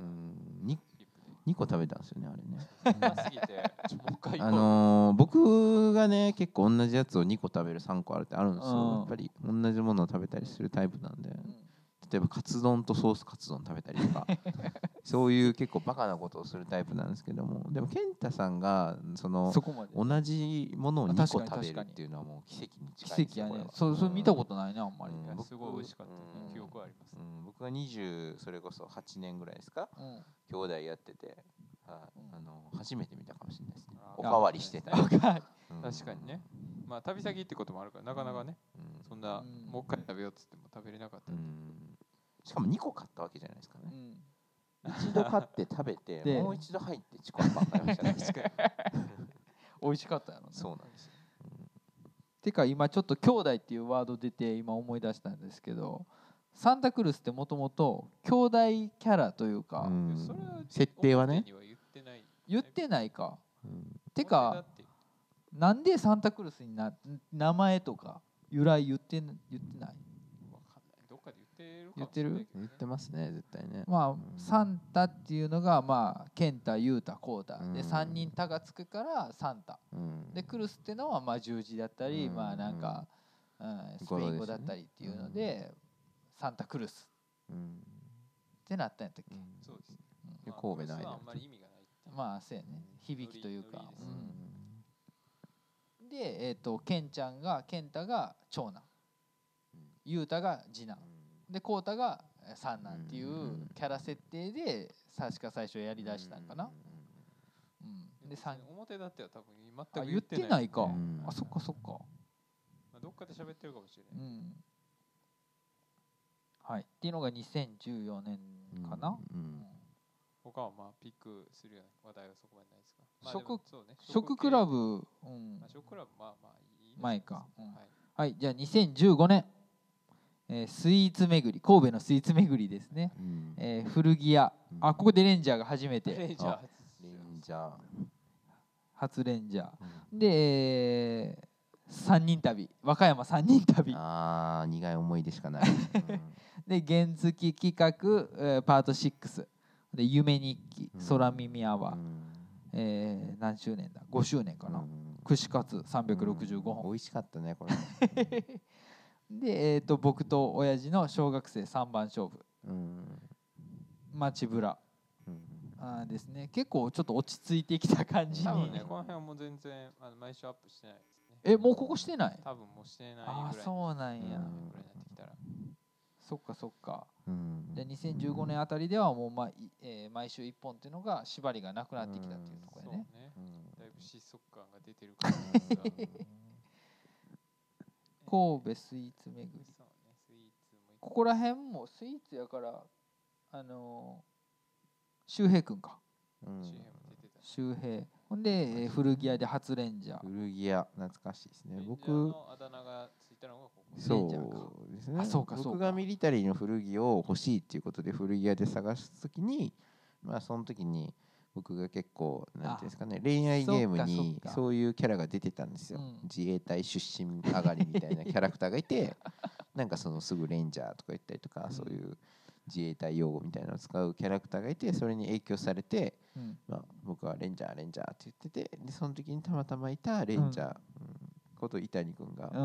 2個食べたんですよね、あれね。 うますぎてもう一回行こう。 僕がね結構同じやつを2個食べる3個あるってあるんですよ。やっぱり同じものを食べたりするタイプなんで、例えばカツ丼とソースカツ丼食べたりとかそういう結構バカなことをするタイプなんですけども、でも健太さんがそこまで同じものを2個食べるっていうのはもう奇跡に近いですよ。 奇跡やね。それ見たことないね、あんまり。 すごい美味しかった記憶はあります。 僕が20それこそ8年ぐらいですか、兄弟やってて、初めて見たかもしれないですね。おかわりしてた。 確かにね。まあ旅先ってこともあるからなかなかね、そんなもう一回食べようっつっても食べれなかった。 しかも2個買ったわけじゃないですかね。一度買って食べてもう一度入ってチコパン買いましたね。 美味しかったやろね。 そうなんですよ。 てか今ちょっと兄弟っていうワード出て今思い出したんですけど、サンタクルスってもともと兄弟キャラというか、 設定はね言ってないか。てかなんでサンタクルスに名前とか由来言ってない？ どっかで言ってますね、絶対ね。 まあサンタっていうのがまあ健太、裕太、浩太で3人「タ」がつくからサンタで、クルスってのはまあ十字だったり、まあなんかスペイン語だったりっていうのでサンタクルスってなったんやったっけ。 そうですね。 神戸の間あんまり意味がない。 まあそうやね、響きというか。で健太が長男、裕太が次男で浩太が三男っていうキャラ設定で確か最初やりだしたんかな。 で表だっては多分全く言ってないか。あ、そっかそっか。 どっかで喋ってるかもしれない。 はい。っていうのが2014年かな。 他はまあピックするような話題はそこまでないですか。 食クラブ、 食クラブまあまあいい前か。はい。じゃあ2015年、スイーツ巡り、神戸のスイーツ巡りですね。古着屋、ここでレンジャーが初めて。 レンジャー。 初レンジャー。で、3人旅、和歌山3人旅。 苦い思い出しかない。 で、原付企画、パート6。で、夢日記、空耳アワー。何周年だ ?5 周年かな。串カツ365本。 美味しかったね、これ。 で、僕と親父の小学生3番勝負。街ブラ。ですね。結構ちょっと落ち着いてきた感じに。 多分ね、この辺はもう全然毎週アップしてないですね。 もうここしてない？ 多分もうしてないぐらい。 そうなんや。そっかそっか。で2015年あたりではもう毎週1本っていうのが縛りがなくなってきたっていうところやね。 だいぶ疾走感が出てるから。 神戸スイーツ巡り。ここら辺もスイーツやから周平くんか。周平。ほんで古着屋で初レンジャー。 古着屋懐かしいですね。僕のあだ名がついたのがここ。 そうですね。僕がミリタリーの古着を欲しいっていうことで古着屋で探すときに、まあその時に僕が結構なんていうんですかね、恋愛ゲームにそういうキャラが出てたんですよ。自衛隊出身上がりみたいなキャラクターがいて、なんかすぐレンジャーとか言ったりとか、そういう自衛隊用語みたいなのを使うキャラクターがいて、それに影響されて、僕はレンジャーって言ってて、でその時にたまたまいたレンジャーこと伊谷君が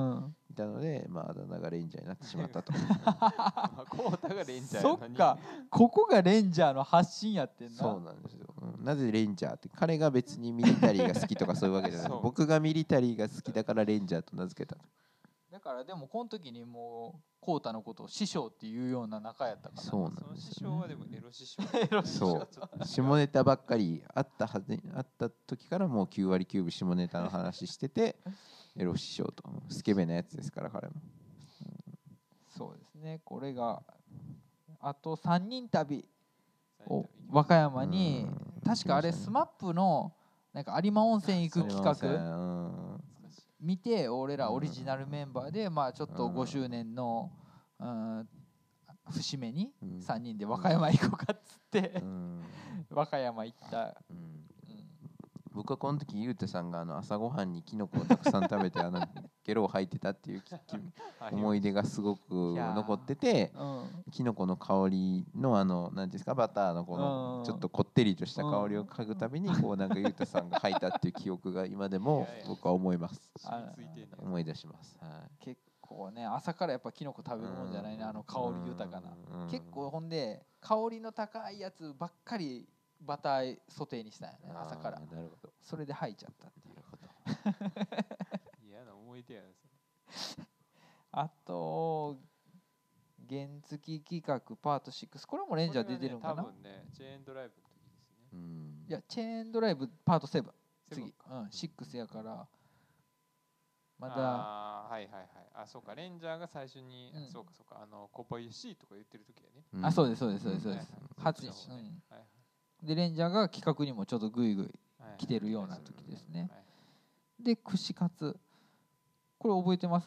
いたので、まあ、あだ名がレンジャーになってしまったと。 コウタがレンジャーそやのにっか、ここがレンジャーの発信やってんな。 そうなんですよ、なぜレンジャーって、彼が別にミリタリーが好きとかそういうわけじゃないそう僕がミリタリーが好きだからレンジャーと名付けたと。 だからでもこの時にもうコウタのことを師匠っていうような仲やったから。 そうなそのんです師匠はでもエロ師匠エロ師匠そう下ネタばっかりあった時からもう9割9分下ネタの話しててエロ師匠とスケベなやつですから彼も。 そうですね。これがあと3人旅を最和歌山に、 うん確かあれ行きましたねスマップのなんか有馬温泉行く企画懐かしい見て、俺らオリジナルメンバーでまあちょっとうん 5周年の節目にうん 3人で和歌山行こうかっつってうん和歌山行った。 うんうん僕はこの時ゆうたさんが朝ごはんにキノコをたくさん食べてゲロを吐いてたっていう思い出がすごく残ってて、キノコの香りの何ですかバターのこのちょっとこってりとした香りを嗅ぐたびにこうなんかゆうたさんが吐いたっていう記憶が今でも僕は思います。 染みついてんねや思い出します。は結構ね、朝からやっぱキノコ食べるもんじゃないね、あの香り豊かな。結構ほんで香りの高いやつばっかりバターソテーにしたんやね、朝から。 なるほど。 それで吐いちゃったっていう。 なるほど。 嫌な思い出やなそれ。 あと原付企画パート6、これもレンジャー出てるんかな。 これがね多分ねチェーンドライブの時ですね。 うんいやチェーンドライブパート7、次セブンか 6やからまだ。 はいはいはい。あ、そうか、レンジャーが最初に、 うんそうかそうか、コポイシーとか言ってる時やね。 あ、そうですそうですそうですそうです。初はいはいうんはいでレンジャーが企画にもちょっとグイグイはい来てるような時ですね。 はいで串カツ、これ覚えてます？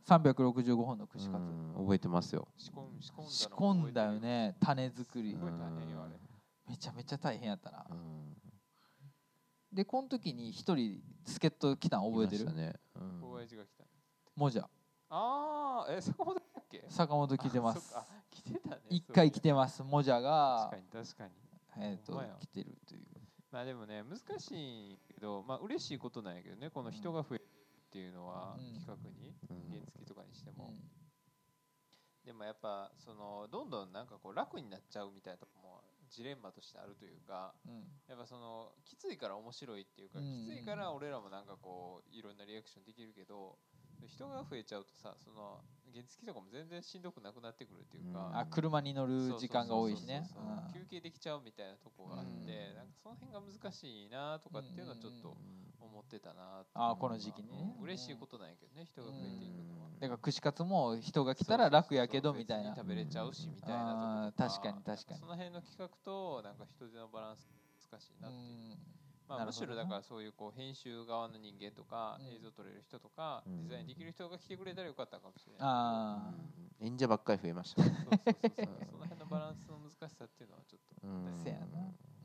365 本の串カツ。 覚えてますよ。 仕込んだよね、種作りす。ごい大変よあれ。 めちゃめちゃ大変やったな。 うんでこの時に一人助っ人来たん覚えてる？ いましたね。 親父が来た。 もじゃああ、坂本だっけ？ 坂本来てますあそっか。来てたね。 一回来て。 てます。もじゃが確かに確かに。ほんまや来てるという。 まあでもね難しいけど、まあ嬉しいことなんやけどね、この人が増えるっていうのはうん企画に原付とかにしても。 うんでもやっぱどんどんなんかこう楽になっちゃうみたいなとこもジレンマとしてあるというか、やっぱきついから面白いっていうか、 うんきついから俺らもなんかこういろんなリアクションできるけど、人が増えちゃうとさ、原付とかも全然しんどくなくなってくるっていうか、 あ、車に乗る時間が多いしね。 そうそうそうそう休憩できちゃうみたいなとこがあって、なんかその辺が難しいなとかっていうのはちょっと思ってたなっていうのは。 あ、この時期にね。 嬉しいことなんやけどね、人が増えていくのは。 だから串カツも人が来たら楽やけどみたいな。 別に食べれちゃうしみたいなところと確かに確かに。 その辺の企画となんか人手のバランス難しいなっていう。まあ、むなるほどなしろだからそういう編集側の人間とか、 うん映像撮れる人とか、 うんデザインできる人が来てくれたらよかったかもしれないあ演者ばっかり増えましたね。 そうそうそうそうその辺のバランスの難しさっていうのはちょっとうんせやな。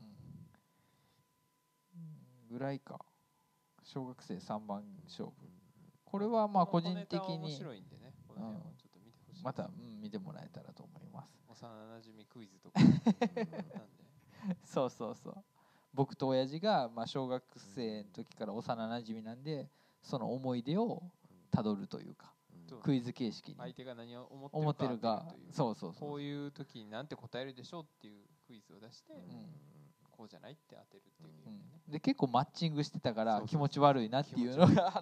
ぐらいか。小学生3番勝負。これはまあ個人的このネタは面に白いんでね、この辺はちょっと見てほしい。 また見てもらえたらと思います。 幼馴染クイズとかなんでそうそうそう。僕と親父がまあ小学生の時から幼なじみなんで、その思い出をたどるというか、クイズ形式に相手が何を思思ってるかってるか当てるという、 そうそうそう。 こういう時になんて答えるでしょうっていうクイズを出して、 んこうじゃないって当てるっていうゲームね。 で結構マッチングしてたからそうそう気持ち悪いなっていうのが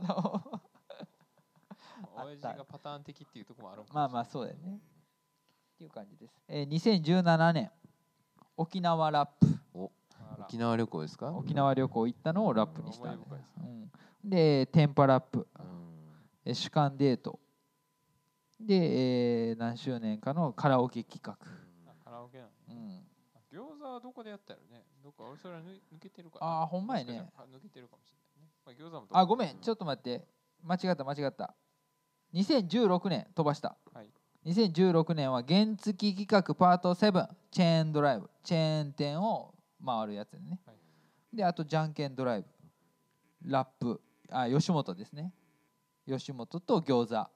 親父がパターン的っていうところもあるまあまあそうだよねっていう感じです。2017年沖縄ラップ、 沖縄旅行ですか？ 沖縄旅行行ったのをラップにしたんで思い深いですねでテンパラップ、 うん主観デートで、何周年かのカラオケ企画、 カラオケなの、 うん、 餃子はどこでやったよね。どっか俺それは抜けてるかあーほんまやね。 もしかしたら抜けてるかもしれないね。まあ、餃子もあごめんちょっと待って間違った2016年飛ばした、 はい、 2016年は原付企画パート7チェーンドライブ、チェーン店を回るやつね、 はい、 であとじゃんけんドライブ、ラップ、吉本ですね、吉本と餃子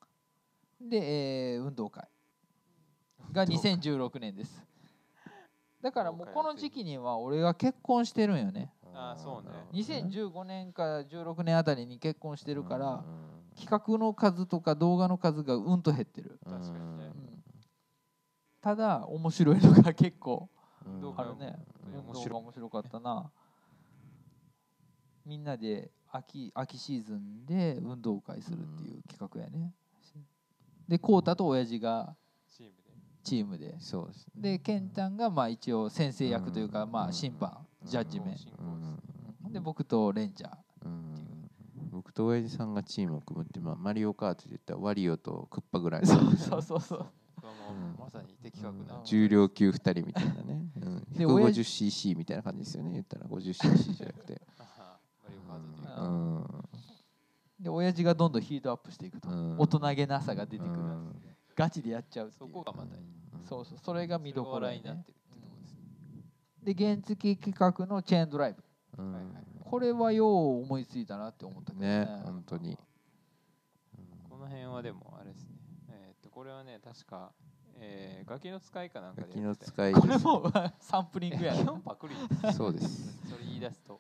で、運動会が2016年です。だからもうこの時期には俺が結婚してるんよね。 あーそうね 2015年か16年あたりに結婚してるから、 企画の数とか動画の数がうんと減ってる、 確かにねただ面白いのが結構動画あるね。運動が面白かったな。みんなで秋シーズンで運動会するっていう企画やね。でコウタと親父がチームで、 そうですね。 でケンちゃんがまあ一応先生役というか、まあ審判、ジャッジメン、で僕とレンジャー。 僕と親父さんがチームを組むって、マリオカートで言ったらワリオとクッパぐらいのまさに的確な重量級2人みたいなね、150cc みたいな感じですよね、言ったら 50cc じゃなくてマリオカートっていうかで親父がどんどんヒートアップしていくと、大人げなさが出てくる、ガチでやっちゃうっていう、 そこがまたいい、 それが見どころになってるってとこですね。 で原付企画のチェーンドライブ、これはよう思いついたなって思ったけどね、 本当に。 この辺はでもあれですね、これはね確か、ガキの使いかなんかでガキの使いこれもサンプリングやねパクリそうですそれ言い出すと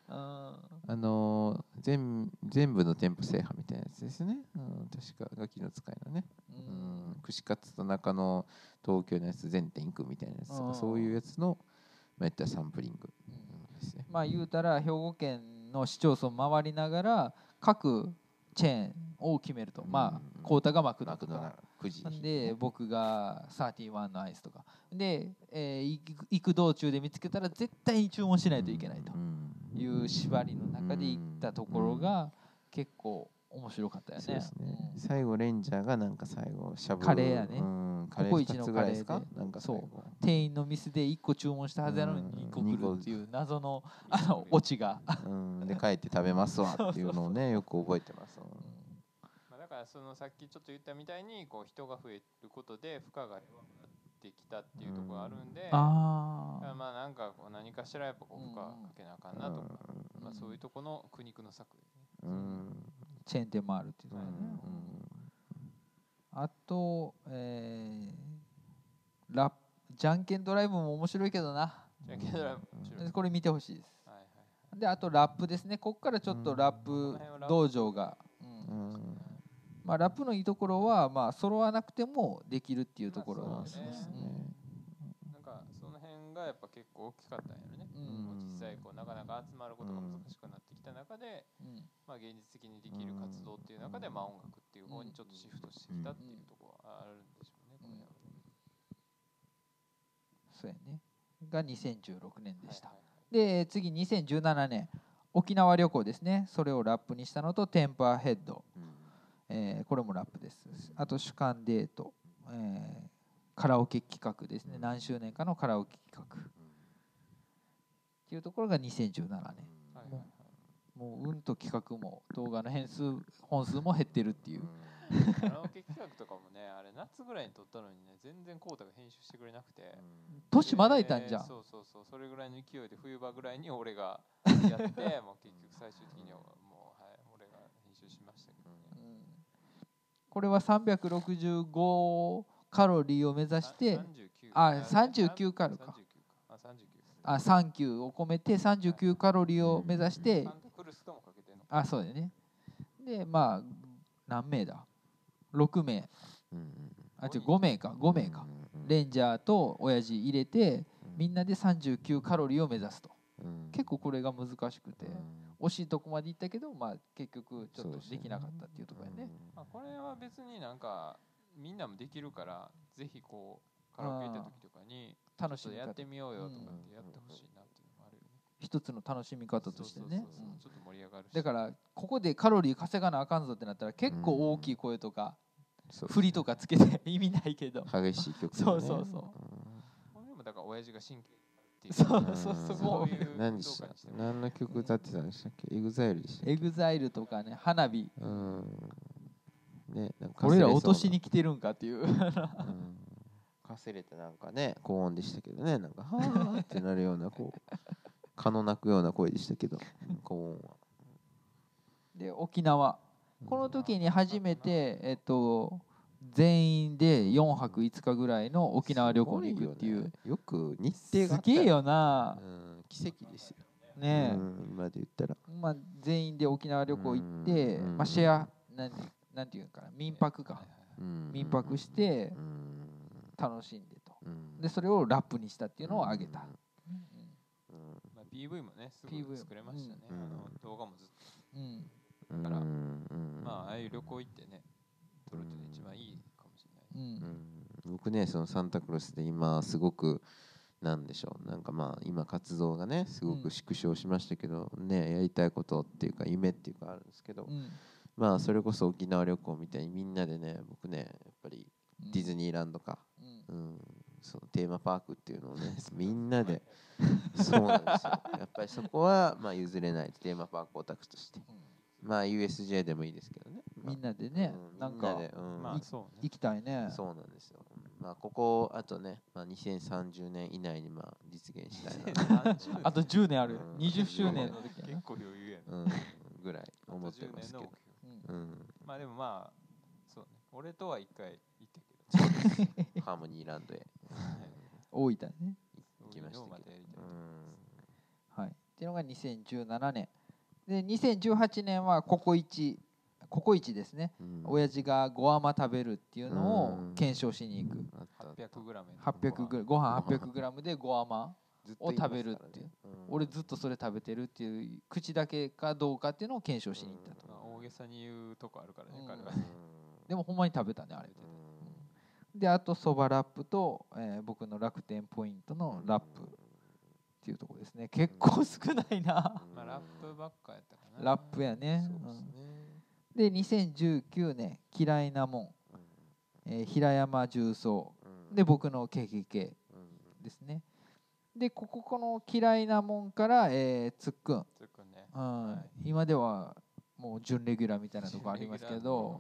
全部の店舗制覇みたいなやつですね、確かガキの使いのね、串カツと中の東京のやつ全店行くみたいなやつとか、そういうやつの言ったらサンプリングですね。 まあ言うたら兵庫県の市町村回りながら各チェーンを決めると、まあコウタがマクドとかで僕が31のアイスとかで、行く道中で見つけたら絶対に注文しないといけないという縛りの中で行ったところが結構面白かったよね。 そうですね。最後レンジャーがなんか最後しゃぶカレーやね、 ココイチのカレーでなんかそう店員のミスで1個注文したはずやのに2個来るっていう謎のオチがで帰って食べますわっていうのをねよく覚えてます。 だからそのさっきちょっと言ったみたいにこう人が増えることで負荷ができたっていうところがあるんで、まあなんかこう何かしらやっぱこう負荷かけなあかんなとか、まあそういうところの苦肉の策でね、 チェーン店もあるっていうのね。あと、じゃんけんドライブも面白いけどな。 じゃんけんドライブこれ見てほしいです。であとラップですね。ここからちょっとラップ道場が、まあラップのいいところはまあ揃わなくてもできるっていうところなんですね。 なんかその辺がやっぱ結構大きかったんやろね。実際こうなかなか集まることが難しくなってきた中で、まあ現実的にできる活動っていう中でまあ音楽っていう方にちょっとシフトしてきたっていうところはあるんでしょうね。この辺はそうやね。が2016年でした。で次2017年沖縄旅行ですね。それをラップにしたのとテンパーヘッド、これもラップです。あと主観デート、カラオケ企画ですね。何周年かのカラオケ企画っていうところが2017年。もうと企画も動画の本数も減ってるっていう。 カラオケ企画とかもね、あれ夏ぐらいに撮ったのにね、全然コウタが編集してくれなくて、 年まだいたんじゃん。 そうそれぐらいの勢いで冬場ぐらいに俺がやってもう結局最終的にはもう、俺が編集しましたけどね。 これは365カロリーを目指して39カロリーか39を込めて39カロリーを目指してそうだよね。でまあ何名だ6名5名かレンジャーと親父入れてみんなで39カロリーを目指すと、結構これが難しくて惜しいとこまで行ったけど、まあ、結局ちょっとできなかったっていうところやね。 これは別になんかみんなもできるからぜひこうカラオケ行った時とかに楽しくやってみようよとかってやってほしいなっていうのもあるよね。 一つの楽しみ方としてね。 ちょっと盛り上がるし、 だからここでカロリー稼がなあかんぞってなったら結構大きい声とか振りとかつけて意味ないけど激しい曲ね。 そうこれもだから親父が神経そう何の曲歌ってたんでしたっけ？エグザイルでしたっけ？ エグザイルとかね、花火、 ね、 俺ら落としに来てるんかっていうかすれてなんかね高音でしたけどね、なんかはーってなるようなこう蚊の鳴くような声でしたけど高音は。 で沖縄、この時に初めて全員で4泊5日ぐらいの沖縄旅行に行くっていう。 よく日程がすげえよな。 奇跡ですよね。 今で言ったら、 まあ全員で沖縄旅行行って、まあシェアなんていうかな、民泊か、民泊して楽しんでと、でそれをラップにしたっていうのをあげた。 まあ、PV もねすぐ作れましたね、動画もずっと、 だからまあああいう旅行行ってね撮るっていうのが一番いいかもしれないです、 僕ねそのサンタクロスで今すごくなんでしょう、なんかまあ今活動がねすごく縮小しましたけどね、やりたいことっていうか夢っていうかあるんですけど、まあそれこそ沖縄旅行みたいにみんなでね、僕ねやっぱりディズニーランドか、そのテーマパークっていうのをねみんなでそうなんですよ、やっぱりそこはまあ譲れないテーマパークオタクとして、まあ USJ でもいいですけどね、 みんなでね、なんか行きたいね。 そうなんですよ。まあここあとね、まあ2030年以内にまあ実現したいな。 あと10年ある。20周年の時結構余裕やね。ぐらい思ってますけど。 まあでもまあそうね、俺とは一回行ったけど。ハーモニーランドへ。 大分ね。 行きましたけど。 はい。っていうのが2017年。で2018年はココイチですね、親父がごあま食べるっていうのを検証しに行く。800g ご飯 800g でごあまを食べるっていう、俺ずっとそれ食べてるっていう口だけかどうかっていうのを検証しに行ったと。 大げさに言うとこあるからね、彼は。 でもほんまに食べたねあれ。であとそばラップと、僕の楽天ポイントのラップっていうところですね。結構少ないな。 まあラップばっかやったかな。 ラップやね。で2019年嫌いなもん、平山重曹で僕の KKK ですね。でこの嫌いなもんから、つっくん、今ではもう準レギュラーみたいなとこありますけど、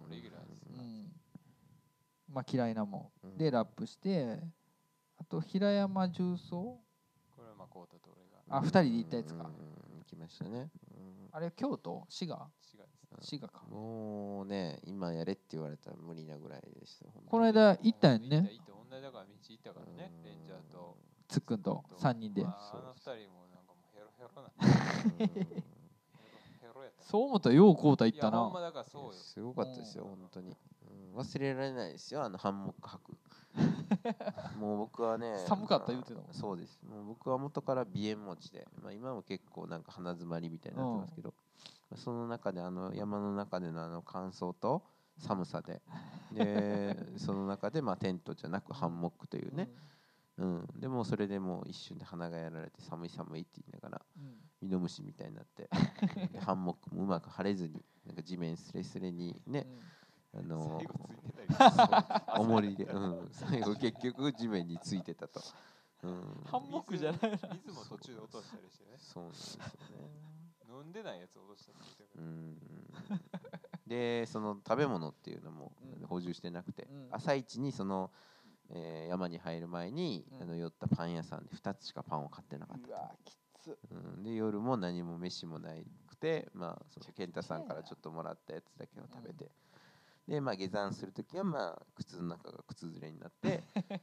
まあ嫌いなもんでラップして、あと平山重曹、 これはまあコータと俺が 2人で行ったやつか。 行きましたね。 あれ京都滋賀か。 もうね今やれって言われたら無理なぐらいでした。 この間行ったよね。 同じだから道行ったからね、レンジャーとつっくんと3人で。 あの2人もなんかもうヘロヘロなそう思ったらようコータ行ったな。 ほんまだからそうよ、 すごかったですよ本当に。忘れられないですよあのハンモック泊。もう僕はね寒かった言うてたもん。 そうです。もう僕は元から鼻炎持ちで、まあ、今も結構なんか鼻詰まりみたいになってますけど、その中で山の中での乾燥と寒さでその中でまあテントじゃなくハンモックというね、でもそれでもう一瞬で鼻がやられて寒い寒いって言いながら、ミノムシみたいになってハンモックもうまく晴れずになんか地面スレスレにね、 最後ついてたり重りで、最後結局地面についてたと。 ハンモックじゃないな。 水も途中で落としたりしてね。 そうなんですよね。 飲んでないやつ落としたって言ってたから。でその食べ物っていうのも補充してなくて、朝一にその、山に入る前に寄ったパン屋さんで2つしかパンを買ってなかった。 うわきつ。 で夜も何も飯もなくて、まあその健太さんからちょっともらったやつだけを食べて。でまあ、下山するときは、まあ、靴の中が靴ずれになって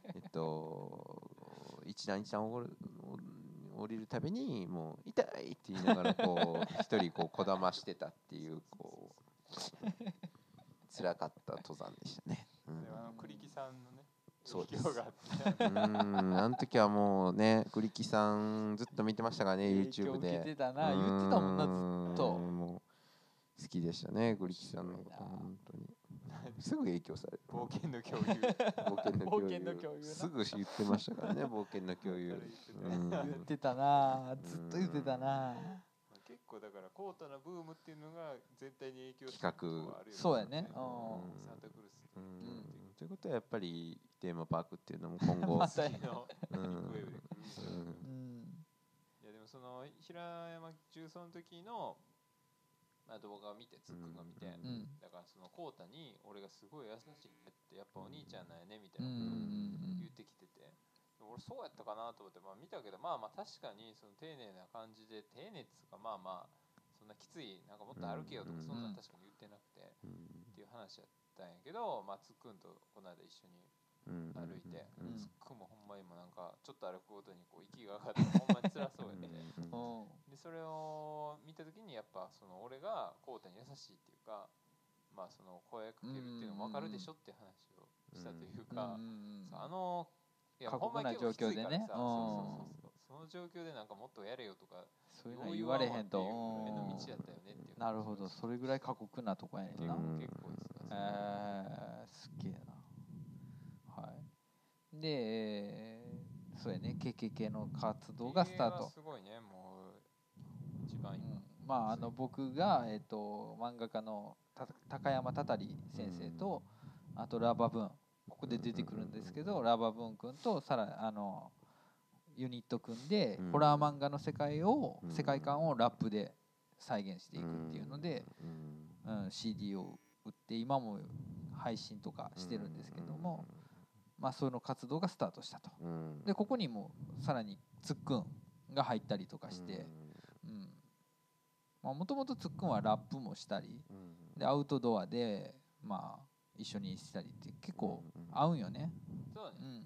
一段一段降りるたびにもう痛いって言いながらこう一人こだましてたっていう辛かった登山でしたね。 栗木さんのねそうです。あの時はもうね栗木さんずっと見てましたからね YouTube で。 言ってたな、言ってたもんなずっと。 もう好きでしたね栗木さんのこと本当に。すぐ影響される。 冒険の共有。 すぐ言ってましたからね、冒険の共有。 言ってたな、ずっと言ってたな。 結構だからコータのブームっていうのが全体に影響してるところあるよね。 そうやね。 サンタクルス。 ということはやっぱりテーマパークっていうのも今後。 いやでもその平山重曹の時の動画を見てつっくんが見て、だからそのコータに俺がすごい優しいってやっぱお兄ちゃんなんやねみたいなことを言ってきてて、俺そうやったかなと思って見たけど、まあまあ確かにその丁寧な感じで、丁寧っつうかまあまあそんなきついなんかもっと歩けよとかそんなん確かに言ってなくてっていう話やったんやけど、まあつっくんとこの間一緒に歩いて、つっくんもほんまにもなんかちょっと歩くごとに息が上がってほんまに辛そうやね。でそれを見た時にやっぱその俺がコータに優しいっていうか、 まあその声かけるっていうのも分かるでしょっていう話をしたというか、いや過酷な状況でね、 その状況でなんかもっとやれよとかそういうの言われへんと、 目の道やったよねっていう。 なるほど、それぐらい過酷なとこやねんな。 結構ですか。 すっげえな。はい。で、そうやね、KKK の活動がスタート。 すごいね、もう一番今。 まあ僕が漫画家の高山たたり先生と、あとラバブーン、ここで出てくるんですけど、ラバブーン君とユニット組んで、ホラー漫画の世界観をラップで再現していくっていうので、CD を売って今も配信とかしてるんですけども、まあその活動がスタートしたと。でここにもさらにつっくんが入ったりとかして、もともとつっくんはラップもしたり、でアウトドアでまあ一緒にしたりって結構合うんよね。 そうね。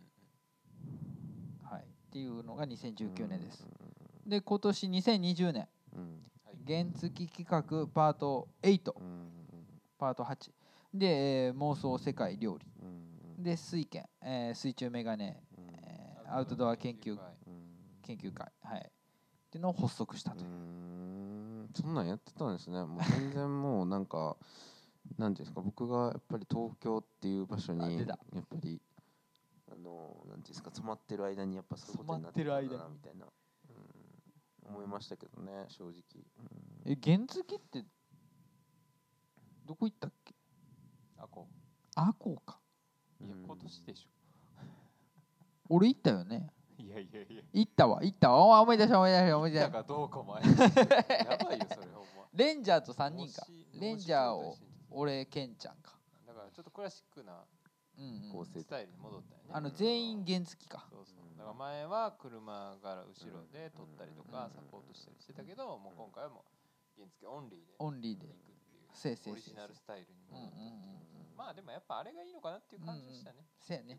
はい。っていうのが2019年です。で今年2020年、原付企画パート8、パート8で、妄想世界料理、で水中メガネ、アウトドア研究会、はい、っていうのを発足したという。 そんなんやってたんですね。もう全然もうなんかなんていうんですか、僕がやっぱり東京っていう場所にやっぱりなんていうんですか、染まってる間にやっぱそういうことになってるんだなみたいな、思いましたけどね、正直。 原付ってどこ行ったっけ？アコか。 いや今年でしょ。 俺行ったよね。 いや行ったわ思い出した行ったかどうかもやばいよそれほんま。 レンジャーと3人か。レンジャーを俺ケンちゃんか。 だからちょっとクラシックなスタイルに戻ったよね。 全員原付か。 そうだから前は車から後ろで撮ったりとかサポートしたりしてたけど、もう今回はもう原付オンリーで行くっていうオリジナルスタイルに戻った。まあでもやっぱあれがいいのかなっていう感じでしたね。 そうやね。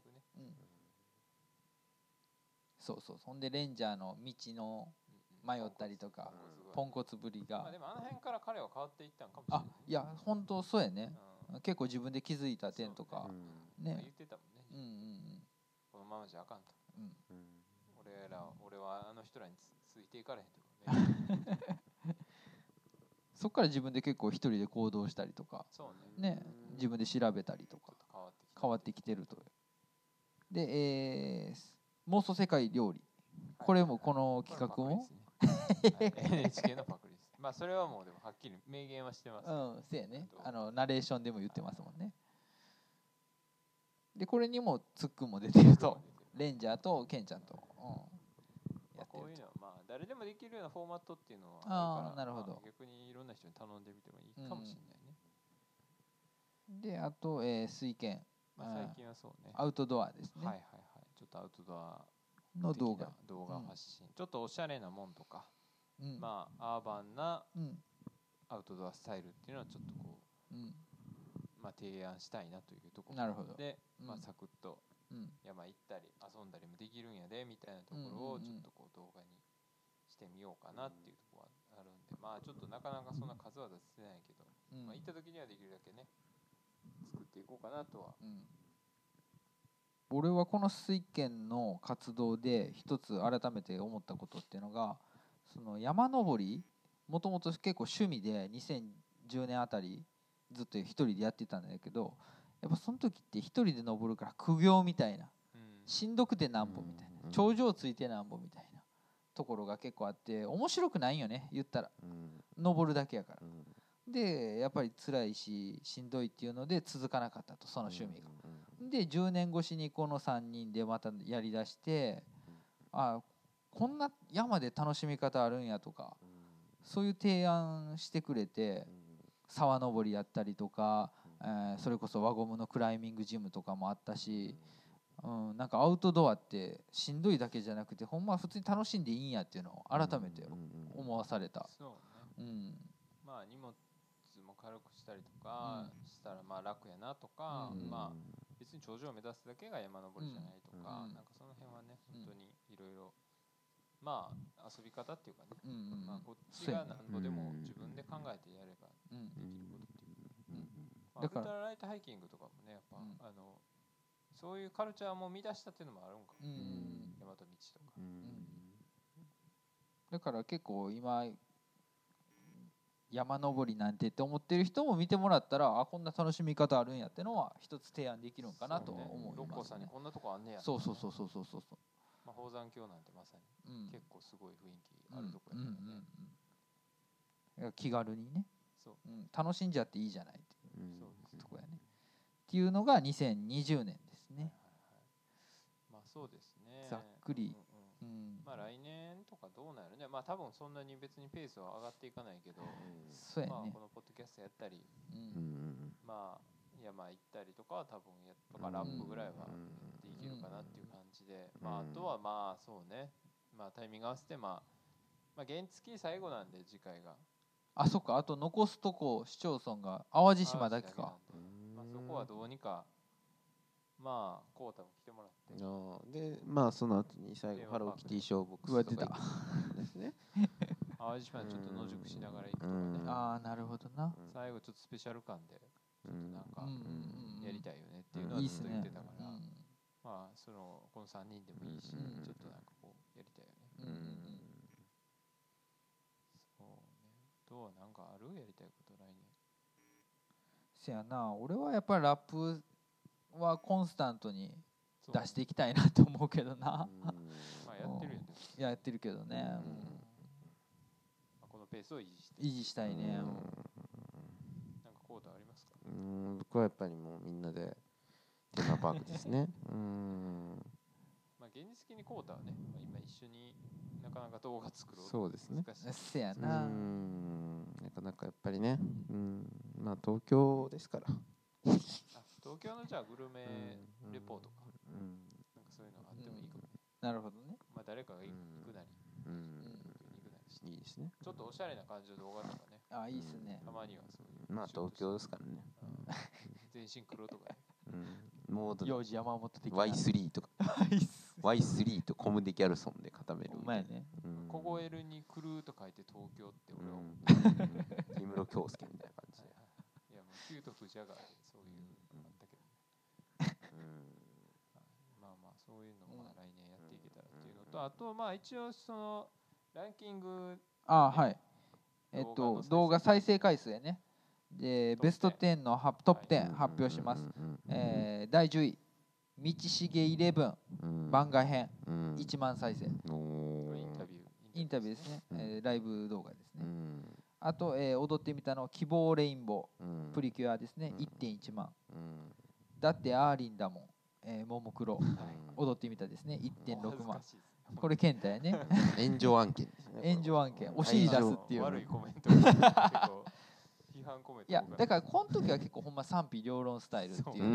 そうほんでレンジャーの道の迷ったりとか、ポンコツぶりが、 でもあの辺から彼は変わっていったんかもしれない。 いや本当そうやね。結構自分で気づいた点とかね、言ってたもんね。このままじゃあかんと。俺はあの人らについていかれへんとかね。 そっから自分で結構一人で行動したりとか、自分で調べたりとか変わってきてると。で、妄想世界料理、これもこの企画も NHK のパクリです。まあそれはもうでもはっきり明言はしてます。 そうやね。ナレーションでも言ってますもんね。でこれにもつっくんも出てると、レンジャーとケンちゃんと、 こういうのはまあ誰でもできるようなフォーマットっていうのはあるから、 なるほど。 逆にいろんな人に頼んでみてもいいかもしれないでね。 あと、水拳、 最近はそうね、 アウトドアですね。 ちょっとアウトドアの動画発信、ちょっとおしゃれなもんとか、まあアーバンなアウトドアスタイルっていうのはちょっとこう、まあ提案したいなというところで、まあサクッと山行ったり遊んだりもできるんやでみたいなところをちょっとこう動画にしてみようかなっていうところはあるんで、まあちょっとなかなかそんな数は出せないけど、まあ行った時にはできるだけね作っていこうかなとは。 俺はこの水拳の活動で一つ改めて思ったことっていうのが、その山登りもともと結構趣味で2010年あたりずっと一人でやってたんだけど、やっぱその時って一人で登るから苦行みたいな、しんどくてなんぼみたいな、頂上ついてなんぼみたいなところが結構あって面白くないよね、言ったら登るだけやから。でやっぱり辛いししんどいっていうので続かなかったと、その趣味が。で10年越しにこの3人でまたやりだして、こんな山で楽しみ方あるんやとか、そういう提案してくれて、沢登りやったりとか、それこそ輪ゴムのクライミングジムとかもあったし、なんかアウトドアってしんどいだけじゃなくてほんま普通に楽しんでいいんやっていうのを改めて思わされた。 そうね、まあ荷物も軽くしたりとかしたらまあ楽やなとか、まあ別に頂上を目指すだけが山登りじゃないとか、なんかその辺はね本当にいろいろまあ遊び方っていうかね、まあこっちが何度でも自分で考えてやればできることっていうだからウルトラライトハイキングとかもねやっぱ、そういうカルチャーも乱したっていうのもあるんか、大和道とか、 だから結構今山登りなんてって思ってる人も見てもらったら、あ、こんな楽しみ方あるんやってのは一つ提案できるんかなと思いますね。 六甲山にこんなとこあんねや、 そうそうそうそうそうそう、 宝山峡なんてまさに、結構すごい雰囲気あるとこやからね、 気軽にね、 そう、 楽しんじゃっていいじゃないっていう、 そうですとこやねっていうのが2020年ですね。 まあそうですね、 ざっくり、 まあ来年とかどうなるね、まあ多分そんなに別にペースは上がっていかないけど、 そうやね、 まあこのポッドキャストやったり、まあ山行ったりとかは多分とかラップぐらいはできるかなっていう感じで、まああとはまあそうね、まあタイミング合わせてまあ原付最後なんで次回が。 あ、そっか、あと残すとこ市町村が淡路島だけか。 まあそこはどうにか、まあコータも来てもらって、 でまあその後に最後ハローキティショーボックスとか行くんですね。 淡路島にちょっと野宿しながら行くとかね。 ああ、なるほどな。 最後ちょっとスペシャル感でちょっとなんかやりたいよねっていうのはずっと言ってたから、まあこの3人でもいいし、ちょっとなんかこうやりたいよね。そうね。どうなんかあるやりたいこと来年。 せやな、俺はやっぱりラップはコンスタントに出していきたいなと思うけどな。 まあやってるよね。 やってるけどね。 このペースを維持したいね。 なんかコータありますか？ 僕はやっぱりもうみんなでテーマパークですね。 まあ現実的にコータはね、今一緒になかなか動画作ろうそうですね。 せやな。 なかなかやっぱりね、まあ東京ですから。 東京のじゃあグルメレポートか、なんかそういうのあってもいいかもね。 なるほどね。 まあ誰かが行くなり、 いいですね。 ちょっとおしゃれな感じの動画とかね。 あ、いいですね。 たまにはそういう。 まあ東京ですからね。 全身黒とかね。 モード幼児山本的な Y3 とか Y3 とコムデギャルソンで固めるうまいね。 凍えるに来ると書いて東京って俺は思う。 氷室京介みたいな感じで。 いやもうキュートフジャガーでそういうのあったけどまあまあそういうのを来年やっていけたらっていうのと、あとまあ一応そのランキング、 はい。動画再生回数やね。でベスト10のトップ10発表します。第10位道重イレブン番外編1万再生。インタビューですね。ライブ動画ですね。あと、踊ってみたの希望レインボープリキュアですね。1.1 万。だってアーリンだもん。ももクロ踊ってみたですね。1.6 万。これ健太やね。 炎上案件ですね。 炎上案件。お尻出すっていう。 悪いコメント結構批判コメント。 いやだからこの時は結構ほんま賛否両論スタイルっていう。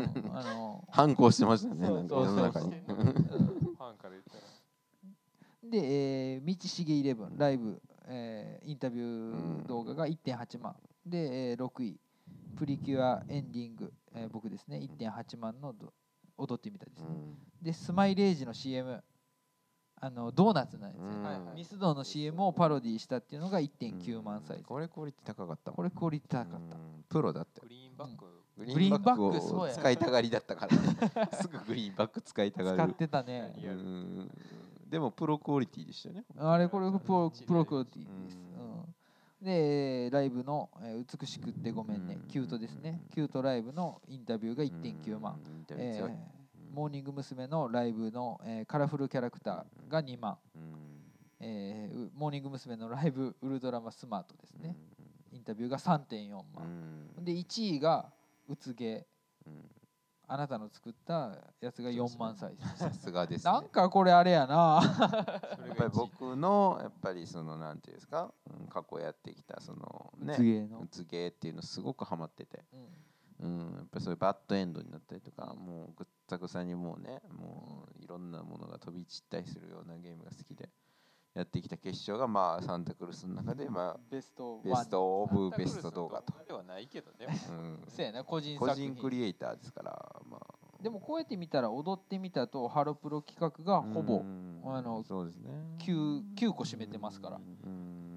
反抗してましたね。 世の中に。 ファンから言ったら。 で、道重イレブンライブ、インタビュー動画が 1.8 万で、6位プリキュアエンディング、僕ですね 1.8 万の踊ってみたですね。でスマイレージの CM ドーナツのやつ、ミスドの CM をパロディしたっていうのが 1.9 万再生。 これクオリティ高かった。 これクオリティ高かった。 プロだって。 グリーンバック、 グリーンバックを使いたがりだったからすぐグリーンバック使いたがる。 使ってたね。 でもプロクオリティでしたよね。 あれこれプロクオリティです。でライブの美しくってごめんねキュートですね。キュートライブのインタビューが 1.9 万。モーニング娘。のライブの、カラフルキャラクターが2万、モーニング娘。のライブウルトラマスマートですね、インタビューが 3.4 万、で1位がうつげ、あなたの作ったやつが4万再生。 さすがですね。 なんかこれあれやなやっぱり僕のやっぱりそのなんていうんですか、過去やってきたそのねうつげっていうのすごくハマってて、やっぱりそういうバッドエンドになったりとか、もうぐったぐさにもうね、もういろんなものが飛び散ったりするようなゲームが好きでやってきた決勝がまあサンタクルスの中でまあベストオブベスト動画と。 ではないけどね。 そうやな、個人クリエイターですから、まあ。 でもこうやって見たら踊ってみたとハロプロ企画がほぼそうですね。 9個占めてますから。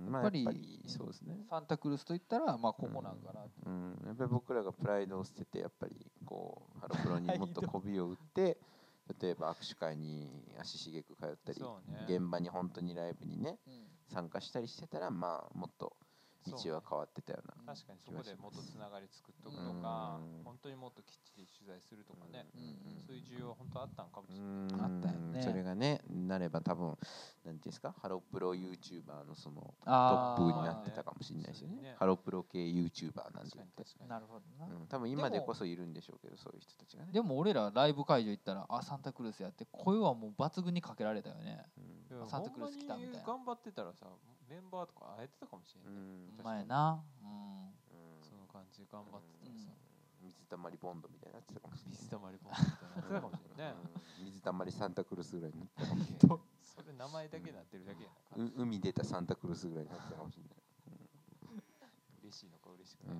まあ、 やっぱりそうですね。 サンタクルスといったらまあここなんかなって。 やっぱり僕らがプライドを捨ててやっぱりこうハロプロにもっと媚びを打って例えば握手会に足しげく通ったり、 そうね現場に本当にライブにね参加したりしてたらまあもっと道は変わってたような。 確かにそこでもっとつながり作っとくとか、本当にもっときっちり取材するとかね、そういう需要は本当あったんかもしれない。 あったよね。 それがねなれば多分なんていうんですか、ハロプロ YouTuber のそのトップになってたかもしれないですよね。ハロプロ系 YouTuber なんて言って。 なるほどな。 多分今でこそいるんでしょうけど、そういう人たちがね。 でも俺らライブ会場行ったらサンタクルースやって声はもう抜群にかけられたよね。サンタクルース来たみたいな。 頑張ってたらさ、メンバーとか会えてたかもしれない。 前な。 その感じ頑張ってたらさ、 水たまりボンドみたいになってたかもしれない。 水たまりボンドみたいになってたかもしれないね。 水たまりサンタクルースぐらいになってたかもしれない。 それ名前だけなってるだけやな。 海出たサンタクルースぐらいになってたかもしれない。 嬉しいのか嬉しくない。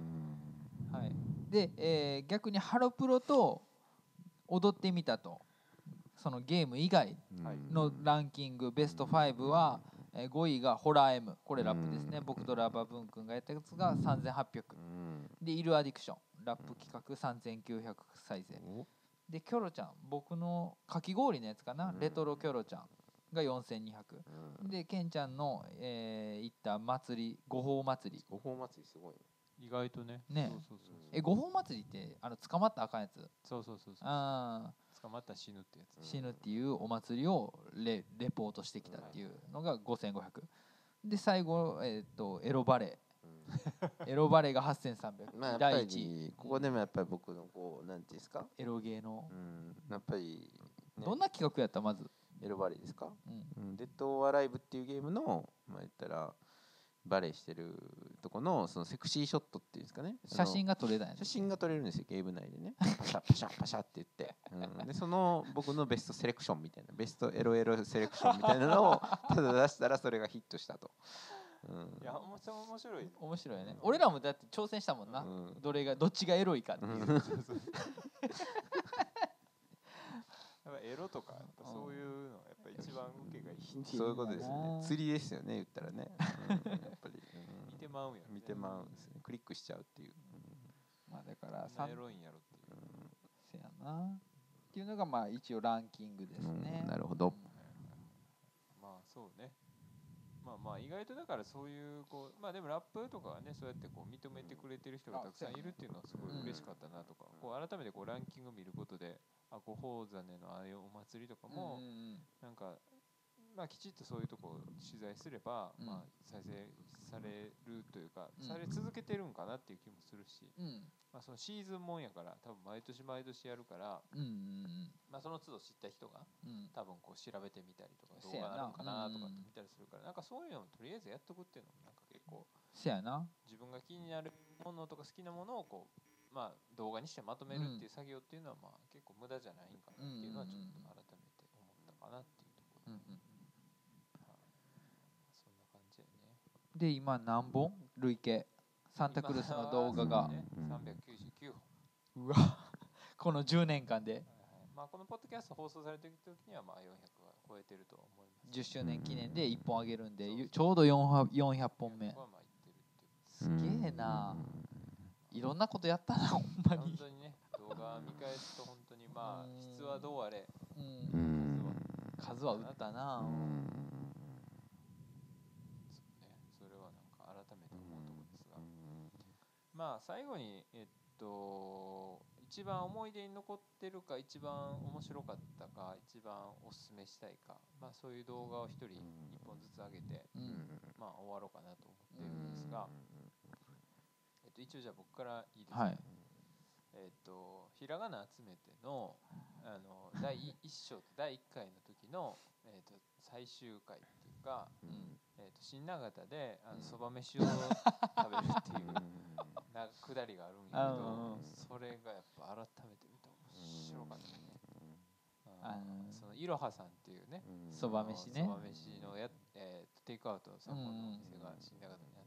はい。で、逆にハロプロと踊ってみたと、そのゲーム以外のランキングベスト5は、5位がホラー M、これラップですね。僕とラバーブン君がやったやつが3800。で、イルアディクション、ラップ企画3900再生。で、キョロちゃん、僕のかき氷のやつかな、レトロキョロちゃんが4200。で、ケンちゃんの、行った祭り、五宝祭り。 五宝祭りすごいね。 意外とね。 ね。五宝祭りって捕まったらあかんやつ。 そう。捕まったら死ぬってやつ。 死ぬっていうお祭りをレポートしてきたっていうのが5500。で最後エロバレー。エロバレーが8300。 まあやっぱりここでもやっぱり僕のこうなんていうんですか。 エロゲーの。 やっぱりどんな企画やったまず。 エロバレーですか。デッド・オア・ライブっていうゲームのまあ言ったら。バレーしてるとこのそのセクシーショットっていうんですかね、 写真が撮れない、 写真が撮れるんですよ、ゲーム内でね、パシャパシャパシャって言って、でその僕のベストセレクションみたいな、ベストエロエロセレクションみたいなのをただ出したらそれがヒットしたと。 いや面白い面白いね。俺らもだって挑戦したもんな、どっちがエロいかっていう。 エロとかやっぱそういうのやっぱ一番受けがいい。 そういうことですね。釣りですよね、言ったらね。やっぱり見てまうんや。 見てまうんですね。クリックしちゃうっていう。 まあだからエロいんやろっていう。 せやな。っていうのがまあ一応ランキングですね。 なるほど。 まあそうね。まあ意外とだからそういうこうまあでもラップとかはねそうやってこう認めてくれてる人がたくさんいるっていうのはすごい嬉しかったなとか、こう改めてこうランキングを見ることで五宝ザネのああいうお祭りとかもなんかまあきちっとそういうとこを取材すればまあ再生されるというかされ続けてるんかなっていう気もするし、まあそのシーズンもんやから多分毎年やるから、まあその都度知った人が多分こう調べてみたりとか動画あるんかなとかって見たりするからなんかそういうのをとりあえずやっとくっていうのもなんか結構せやな、 自分が気になるものとか好きなものをこうまあ動画にしてまとめるっていう作業っていうのはまあ結構無駄じゃないんかなっていうのはちょっと改めて思ったかなっていうところ。そんな感じやね。 で今何本累計サンタクルスの動画が 399本。 うわこの10年間で、 まあこのポッドキャスト放送されている時にはまあ400は超えてると思います。 10周年記念で1本あげるんでちょうど400本目。すげえな、いろんなことやったなほんまに。 本当にね動画見返すと本当にまあ質はどうあれ数は打ったな。 それはなんか改めて思うところですが、まあ最後に一番思い出に残ってるか一番面白かったか一番おすすめしたいか、まあそういう動画を一人一本ずつ上げて、まあ終わろうかなと思っているんですが、一応じゃあ僕からいいですか。はい、ひらがな集めての第1章と第1回の時の最終回っていうか、新長田でそば飯を食べるっていうくだりがあるんやけど、それがやっぱ改めて見て面白かったね。そのいろはさんっていうねそば飯ね、 そば飯のテイクアウトの3本のお店が新長田にあって、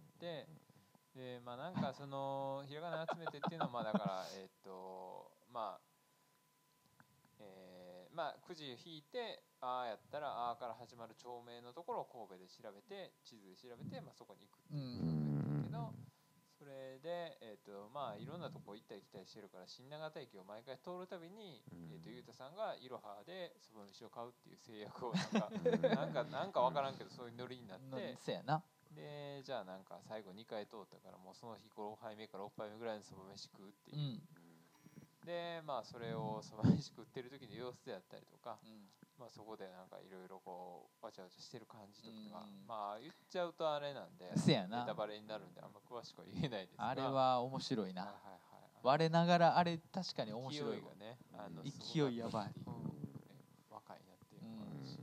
でまあなんかそのひらがな集めてっていうのはまあだからまあまあくじ引いてあやったらあから始まる町名のところを神戸で調べて地図で調べて、まあ、そこに行くっていうのをやってるけど、それで、まあいろんなとこ行ったり来たりしてるから新長田駅を毎回通るたびに、ゆうたさんがいろはでそば飯を買うっていう制約をなんか分からんけどそういうノリになってそうやな。 でじゃあなんか最後2回通ったからもうその日5杯目から6杯目ぐらいのそば飯食うっていう、でまあそれをそば飯食ってる時の様子であったりとか、まあそこでなんかいろいろこうわちゃわちゃしてる感じとか、まあ言っちゃうとあれなんでネタバレになるんであんま詳しくは言えないですが、 あれは面白いな。我ながらあれ確かに面白い。 勢いがね、 勢いやばい。 若いなっていうのもあるし、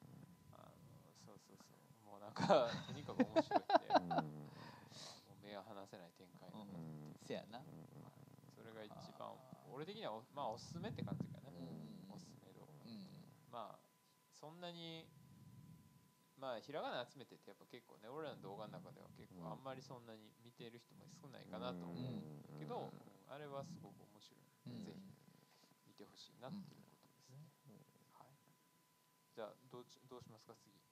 そうもうなんかとにかく面白いってもう目が離せない展開なんで、 せやな。 それが一番俺的にはまあおすすめって感じかね、おすすめ動画、まあそんなにまあひらがな集めてってやっぱ結構ね俺らの動画の中では結構あんまりそんなに見てる人も少ないかなと思うけど、あれはすごく面白いので、ぜひ見てほしいなっていうことですね、はい、じゃあどうしますか次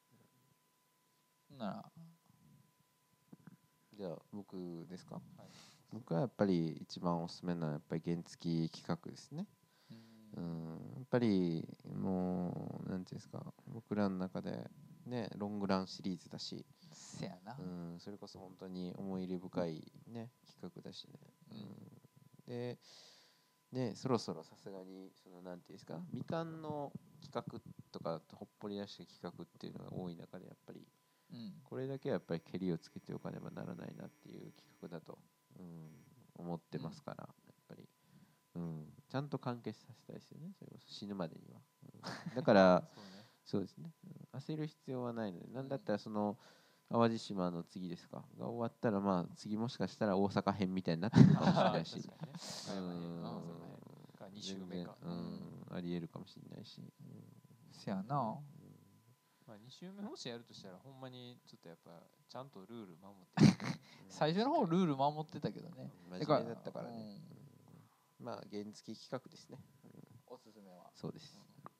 ならじゃあ僕ですか、 はい、 僕はやっぱり一番おすすめなのはやっぱり原付企画ですね。やっぱりもうなんていうんですか、僕らの中でねロングランシリーズだし、 せやな、 それこそ本当に思い入れ深いね企画だしね、でそろそろさすがにそのなんていうんですか、みかんの企画とかほっぽり出した企画っていうのが多い中でやっぱりこれだけはやっぱりけりをつけておかねばならないなっていう企画だと、思ってますから、やっぱり、ちゃんと完結させたいですよね、それこそ死ぬまでには、だからそうですね、焦る必要はないので、なんだったらその淡路島の次ですかが終わったら、まあ次もしかしたら大阪編みたいになってるかもしれないし 2週目か、 ありえるかもしれないし、 せやな、 まあ、2週目もしやるとしたらほんまにちょっとやっぱちゃんとルール守って最初の方ルール守ってたけどね、 真面目だったからね、まあ原付企画ですね、 おすすめはそうです、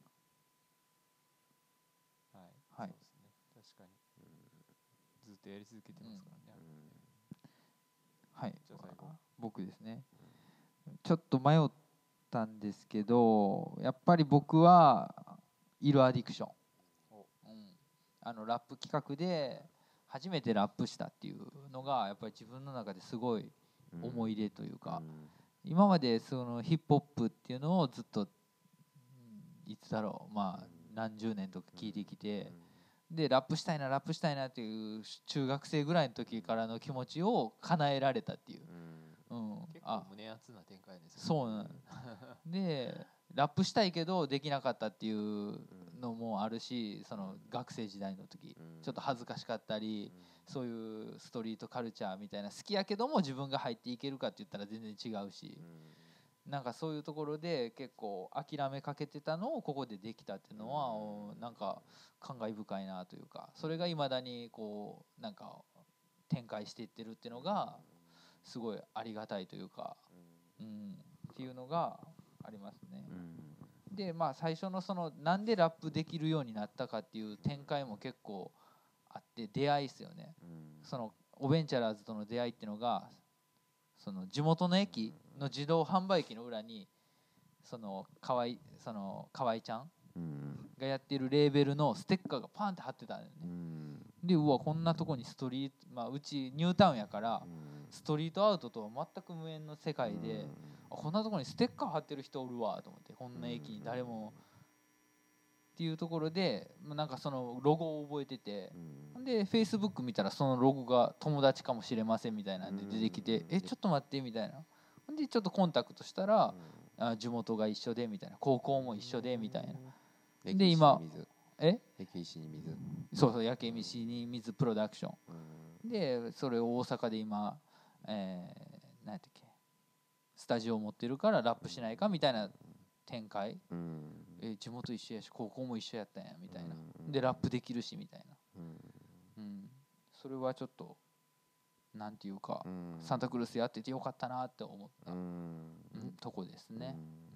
はい、そうですね、確かに、ずっとやり続けてますからね、 はい、 じゃあ最後僕ですね、ちょっと迷ったんですけど、やっぱり僕は色アディクション、ラップ企画で初めてラップしたっていうのがやっぱり自分の中ですごい思い入れというか、今までそのヒップホップっていうのをずっといつだろう、まあ何十年とか聞いてきて、でラップしたいなっていう中学生ぐらいの時からの気持ちを叶えられたっていう、 結構胸熱な展開ですね。 そうなんでラップしたいけどできなかったっていうのもあるし、その学生時代の時ちょっと恥ずかしかったり、そういうストリートカルチャーみたいな好きやけども自分が入っていけるかって言ったら全然違うし、なんかそういうところで結構諦めかけてたのをここでできたっていうのはなんか感慨深いなというか、それがいまだにこうなんか展開していってるっていうのがすごいありがたいというか、っていうのがありますね。でまあ最初のそのなんでラップできるようになったかっていう展開も結構あって、出会いですよね。そのオベンチャラーズとの出会いっていうのが、その地元の駅の自動販売機の裏にその河合ちゃんがやってるレーベルのステッカーがパンって貼ってたんだよね。でうわこんなとこにストリート、まあうちニュータウンやからストリートアウトとは全く無縁の世界で、こんなとこにステッカー貼ってる人おるわと思って、こんな駅に誰もっていうところでなんかそのロゴを覚えてて、でフェイスブック見たらそのロゴが友達かもしれませんみたいなんで出てきて、ちょっと待ってみたいな。でちょっとコンタクトしたら、地元が一緒でみたいな、高校も一緒でみたいな。で今焼け石に水、そう焼け石に水プロダクション、でそれを大阪で今、何やったっけ、スタジオを持ってるからラップしないかみたいな展開、地元一緒やし高校も一緒やったんやみたいな、でラップできるしみたいな、それはちょっとなんていうか、サンタクルースやっててよかったなって思った、とこですね。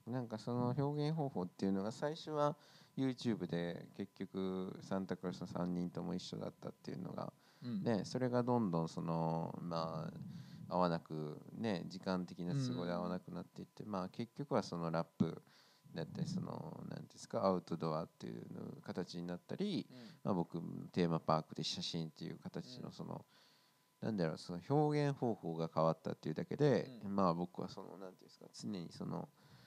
なんかその表現方法っていうのが最初は YouTube で結局サンタクロースの3人とも一緒だったっていうのが、ね、それがどんどんそのまあ合わなくね、時間的な都合で合わなくなっていって、まあ結局はそのラップだったりその何ですかアウトドアっていう形になったり、まあ僕テーマパークで写真っていう形のそのなんだろう、その表現方法が変わったっていうだけで、まあ僕はそのなんていうんですか、常にその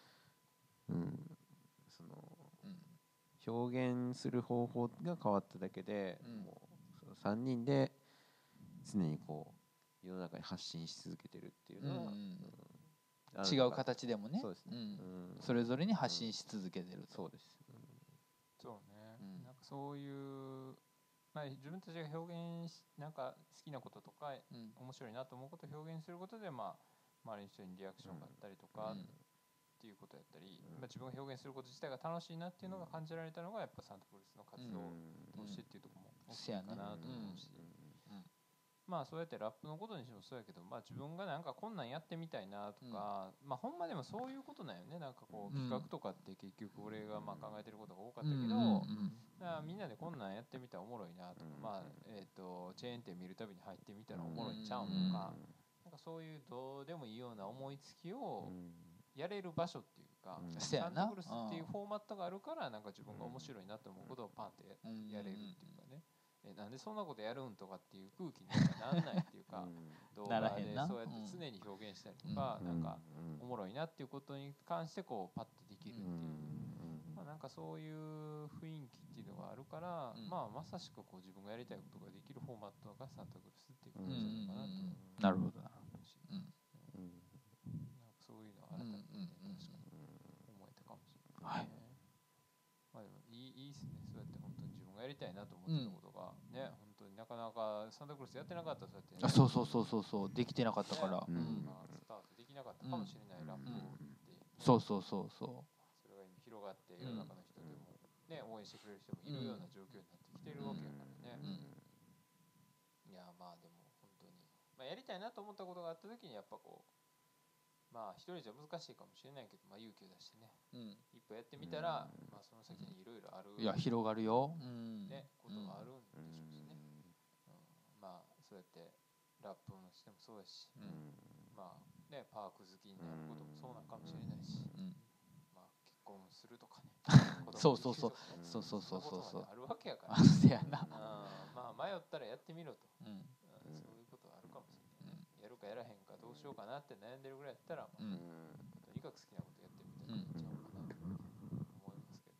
その表現する方法が変わっただけで、もうその3人で常にこう世の中に発信し続けてるっていうのは、 違う形でもね、 そうですね、 それぞれに発信し続けてると、 そうです、 そうね、なんかそういうまあ、自分たちが表現しなんか好きなこととか、面白いなと思うことを表現することで、まあ、周りの人にリアクションがあったりとか、っていうことやったり、まあ、自分が表現すること自体が楽しいなっていうのが感じられたのがやっぱサンタクルスの活動を通してっていうところも大きいかなと思うし、まあそうやってラップのことにしてもそうやけど、まあ自分がなんかこんなんやってみたいなとか、まあほんまでもそういうことなんよね。なんかこう企画とかって結局俺がまあ考えてることが多かったけど、みんなでこんなんやってみたらおもろいなとか、まあチェーン店見るたびに入ってみたらおもろいんちゃうんとか、なんかそういうどうでもいいような思いつきをやれる場所っていうか、サンタクルスっていうフォーマットがあるからなんか自分が面白いなと思うことをパンってやれるっていうかね。なんでそんなことやるんとかっていう空気にならないっていうか動画でそうやって常に表現したりとか、なんかおもろいなっていうことに関してこうパッてできるっていう、まあなんかそういう雰囲気っていうのがあるから、まあまさしくこう自分がやりたいことができるフォーマットがサンタクルスっていう感じなのかなと思う。 なるほどな。 なんかそういうのは改めてね、確かに思えたかもしれないね。まあでもいいですね。そうやって本当に自分がやりたいなと思ってたことがね、本当になかなかサンタクルスやってなかったらそうやって、 そうそうできてなかったから、 スタートできなかったかもしれないラップって、 そうそれが今広がって世の中の人でもね応援してくれる人もいるような状況になってきてるわけやからね。いやまあでも本当に、まあ、やりたいなと思ったことがあった時にやっぱこうまあ一人じゃ難しいかもしれないけど、まあ、勇気を出してね、一歩やってみたら、まあ、その先にいろいろある、 いや広がるよ、 ね、ことがあるんでしょうしね、まあそうやってラップのしてもそうやし、まあねパーク好きになることもそうなんかもしれないし、まあ結婚するとかねそうあるわけやから、 せやな、 まあ迷ったらやってみろと、そういうことはあるかもしれない、やるかやらへんかどうしようかなって悩んでるぐらいやったら、とにかく好きなことやってみたらいいんちゃうかなと思いますけど、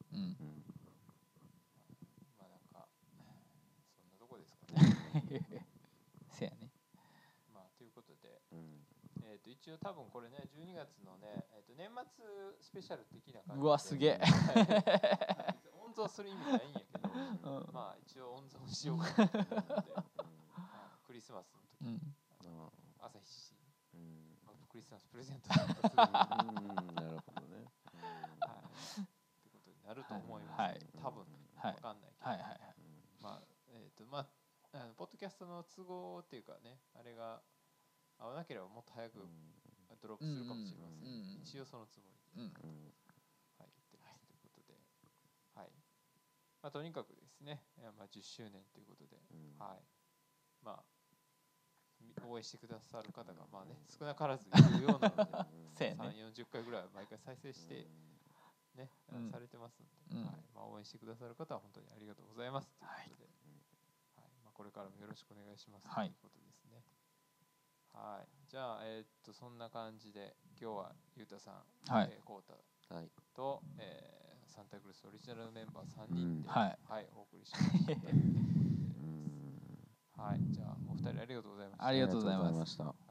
まあなんかそんなとこですかね。 せやね。 まあということで、一応多分これね12月のね、年末スペシャル的な感じで、 うわすげえ温存する意味ないんやけど、まあ一応温存しようかなと思って、クリスマスの時に、朝7時に、クリスマスプレゼントだったするなるほどね。 ってことになると思います、多分分かんないけど、まあポッドキャストの都合っていうかね、あれが合わなければもっと早くドロップするかもしれません。一応そのつもりで、言ってますということで、まあとにかくですね、まあ10周年ということで、まあ応援してくださる方がまあね少なからずいるようなので、3、40回ぐらいは毎回再生してね、されてますので、まあ応援してくださる方は本当にありがとうございますということで、まあこれからもよろしくお願いしますということですね。じゃあそんな感じで今日はゆうたさん、こうたと、サンタクルスオリジナルメンバー3人で、お送りしました。じゃあお二人ありがとうございました。 ありがとうございました。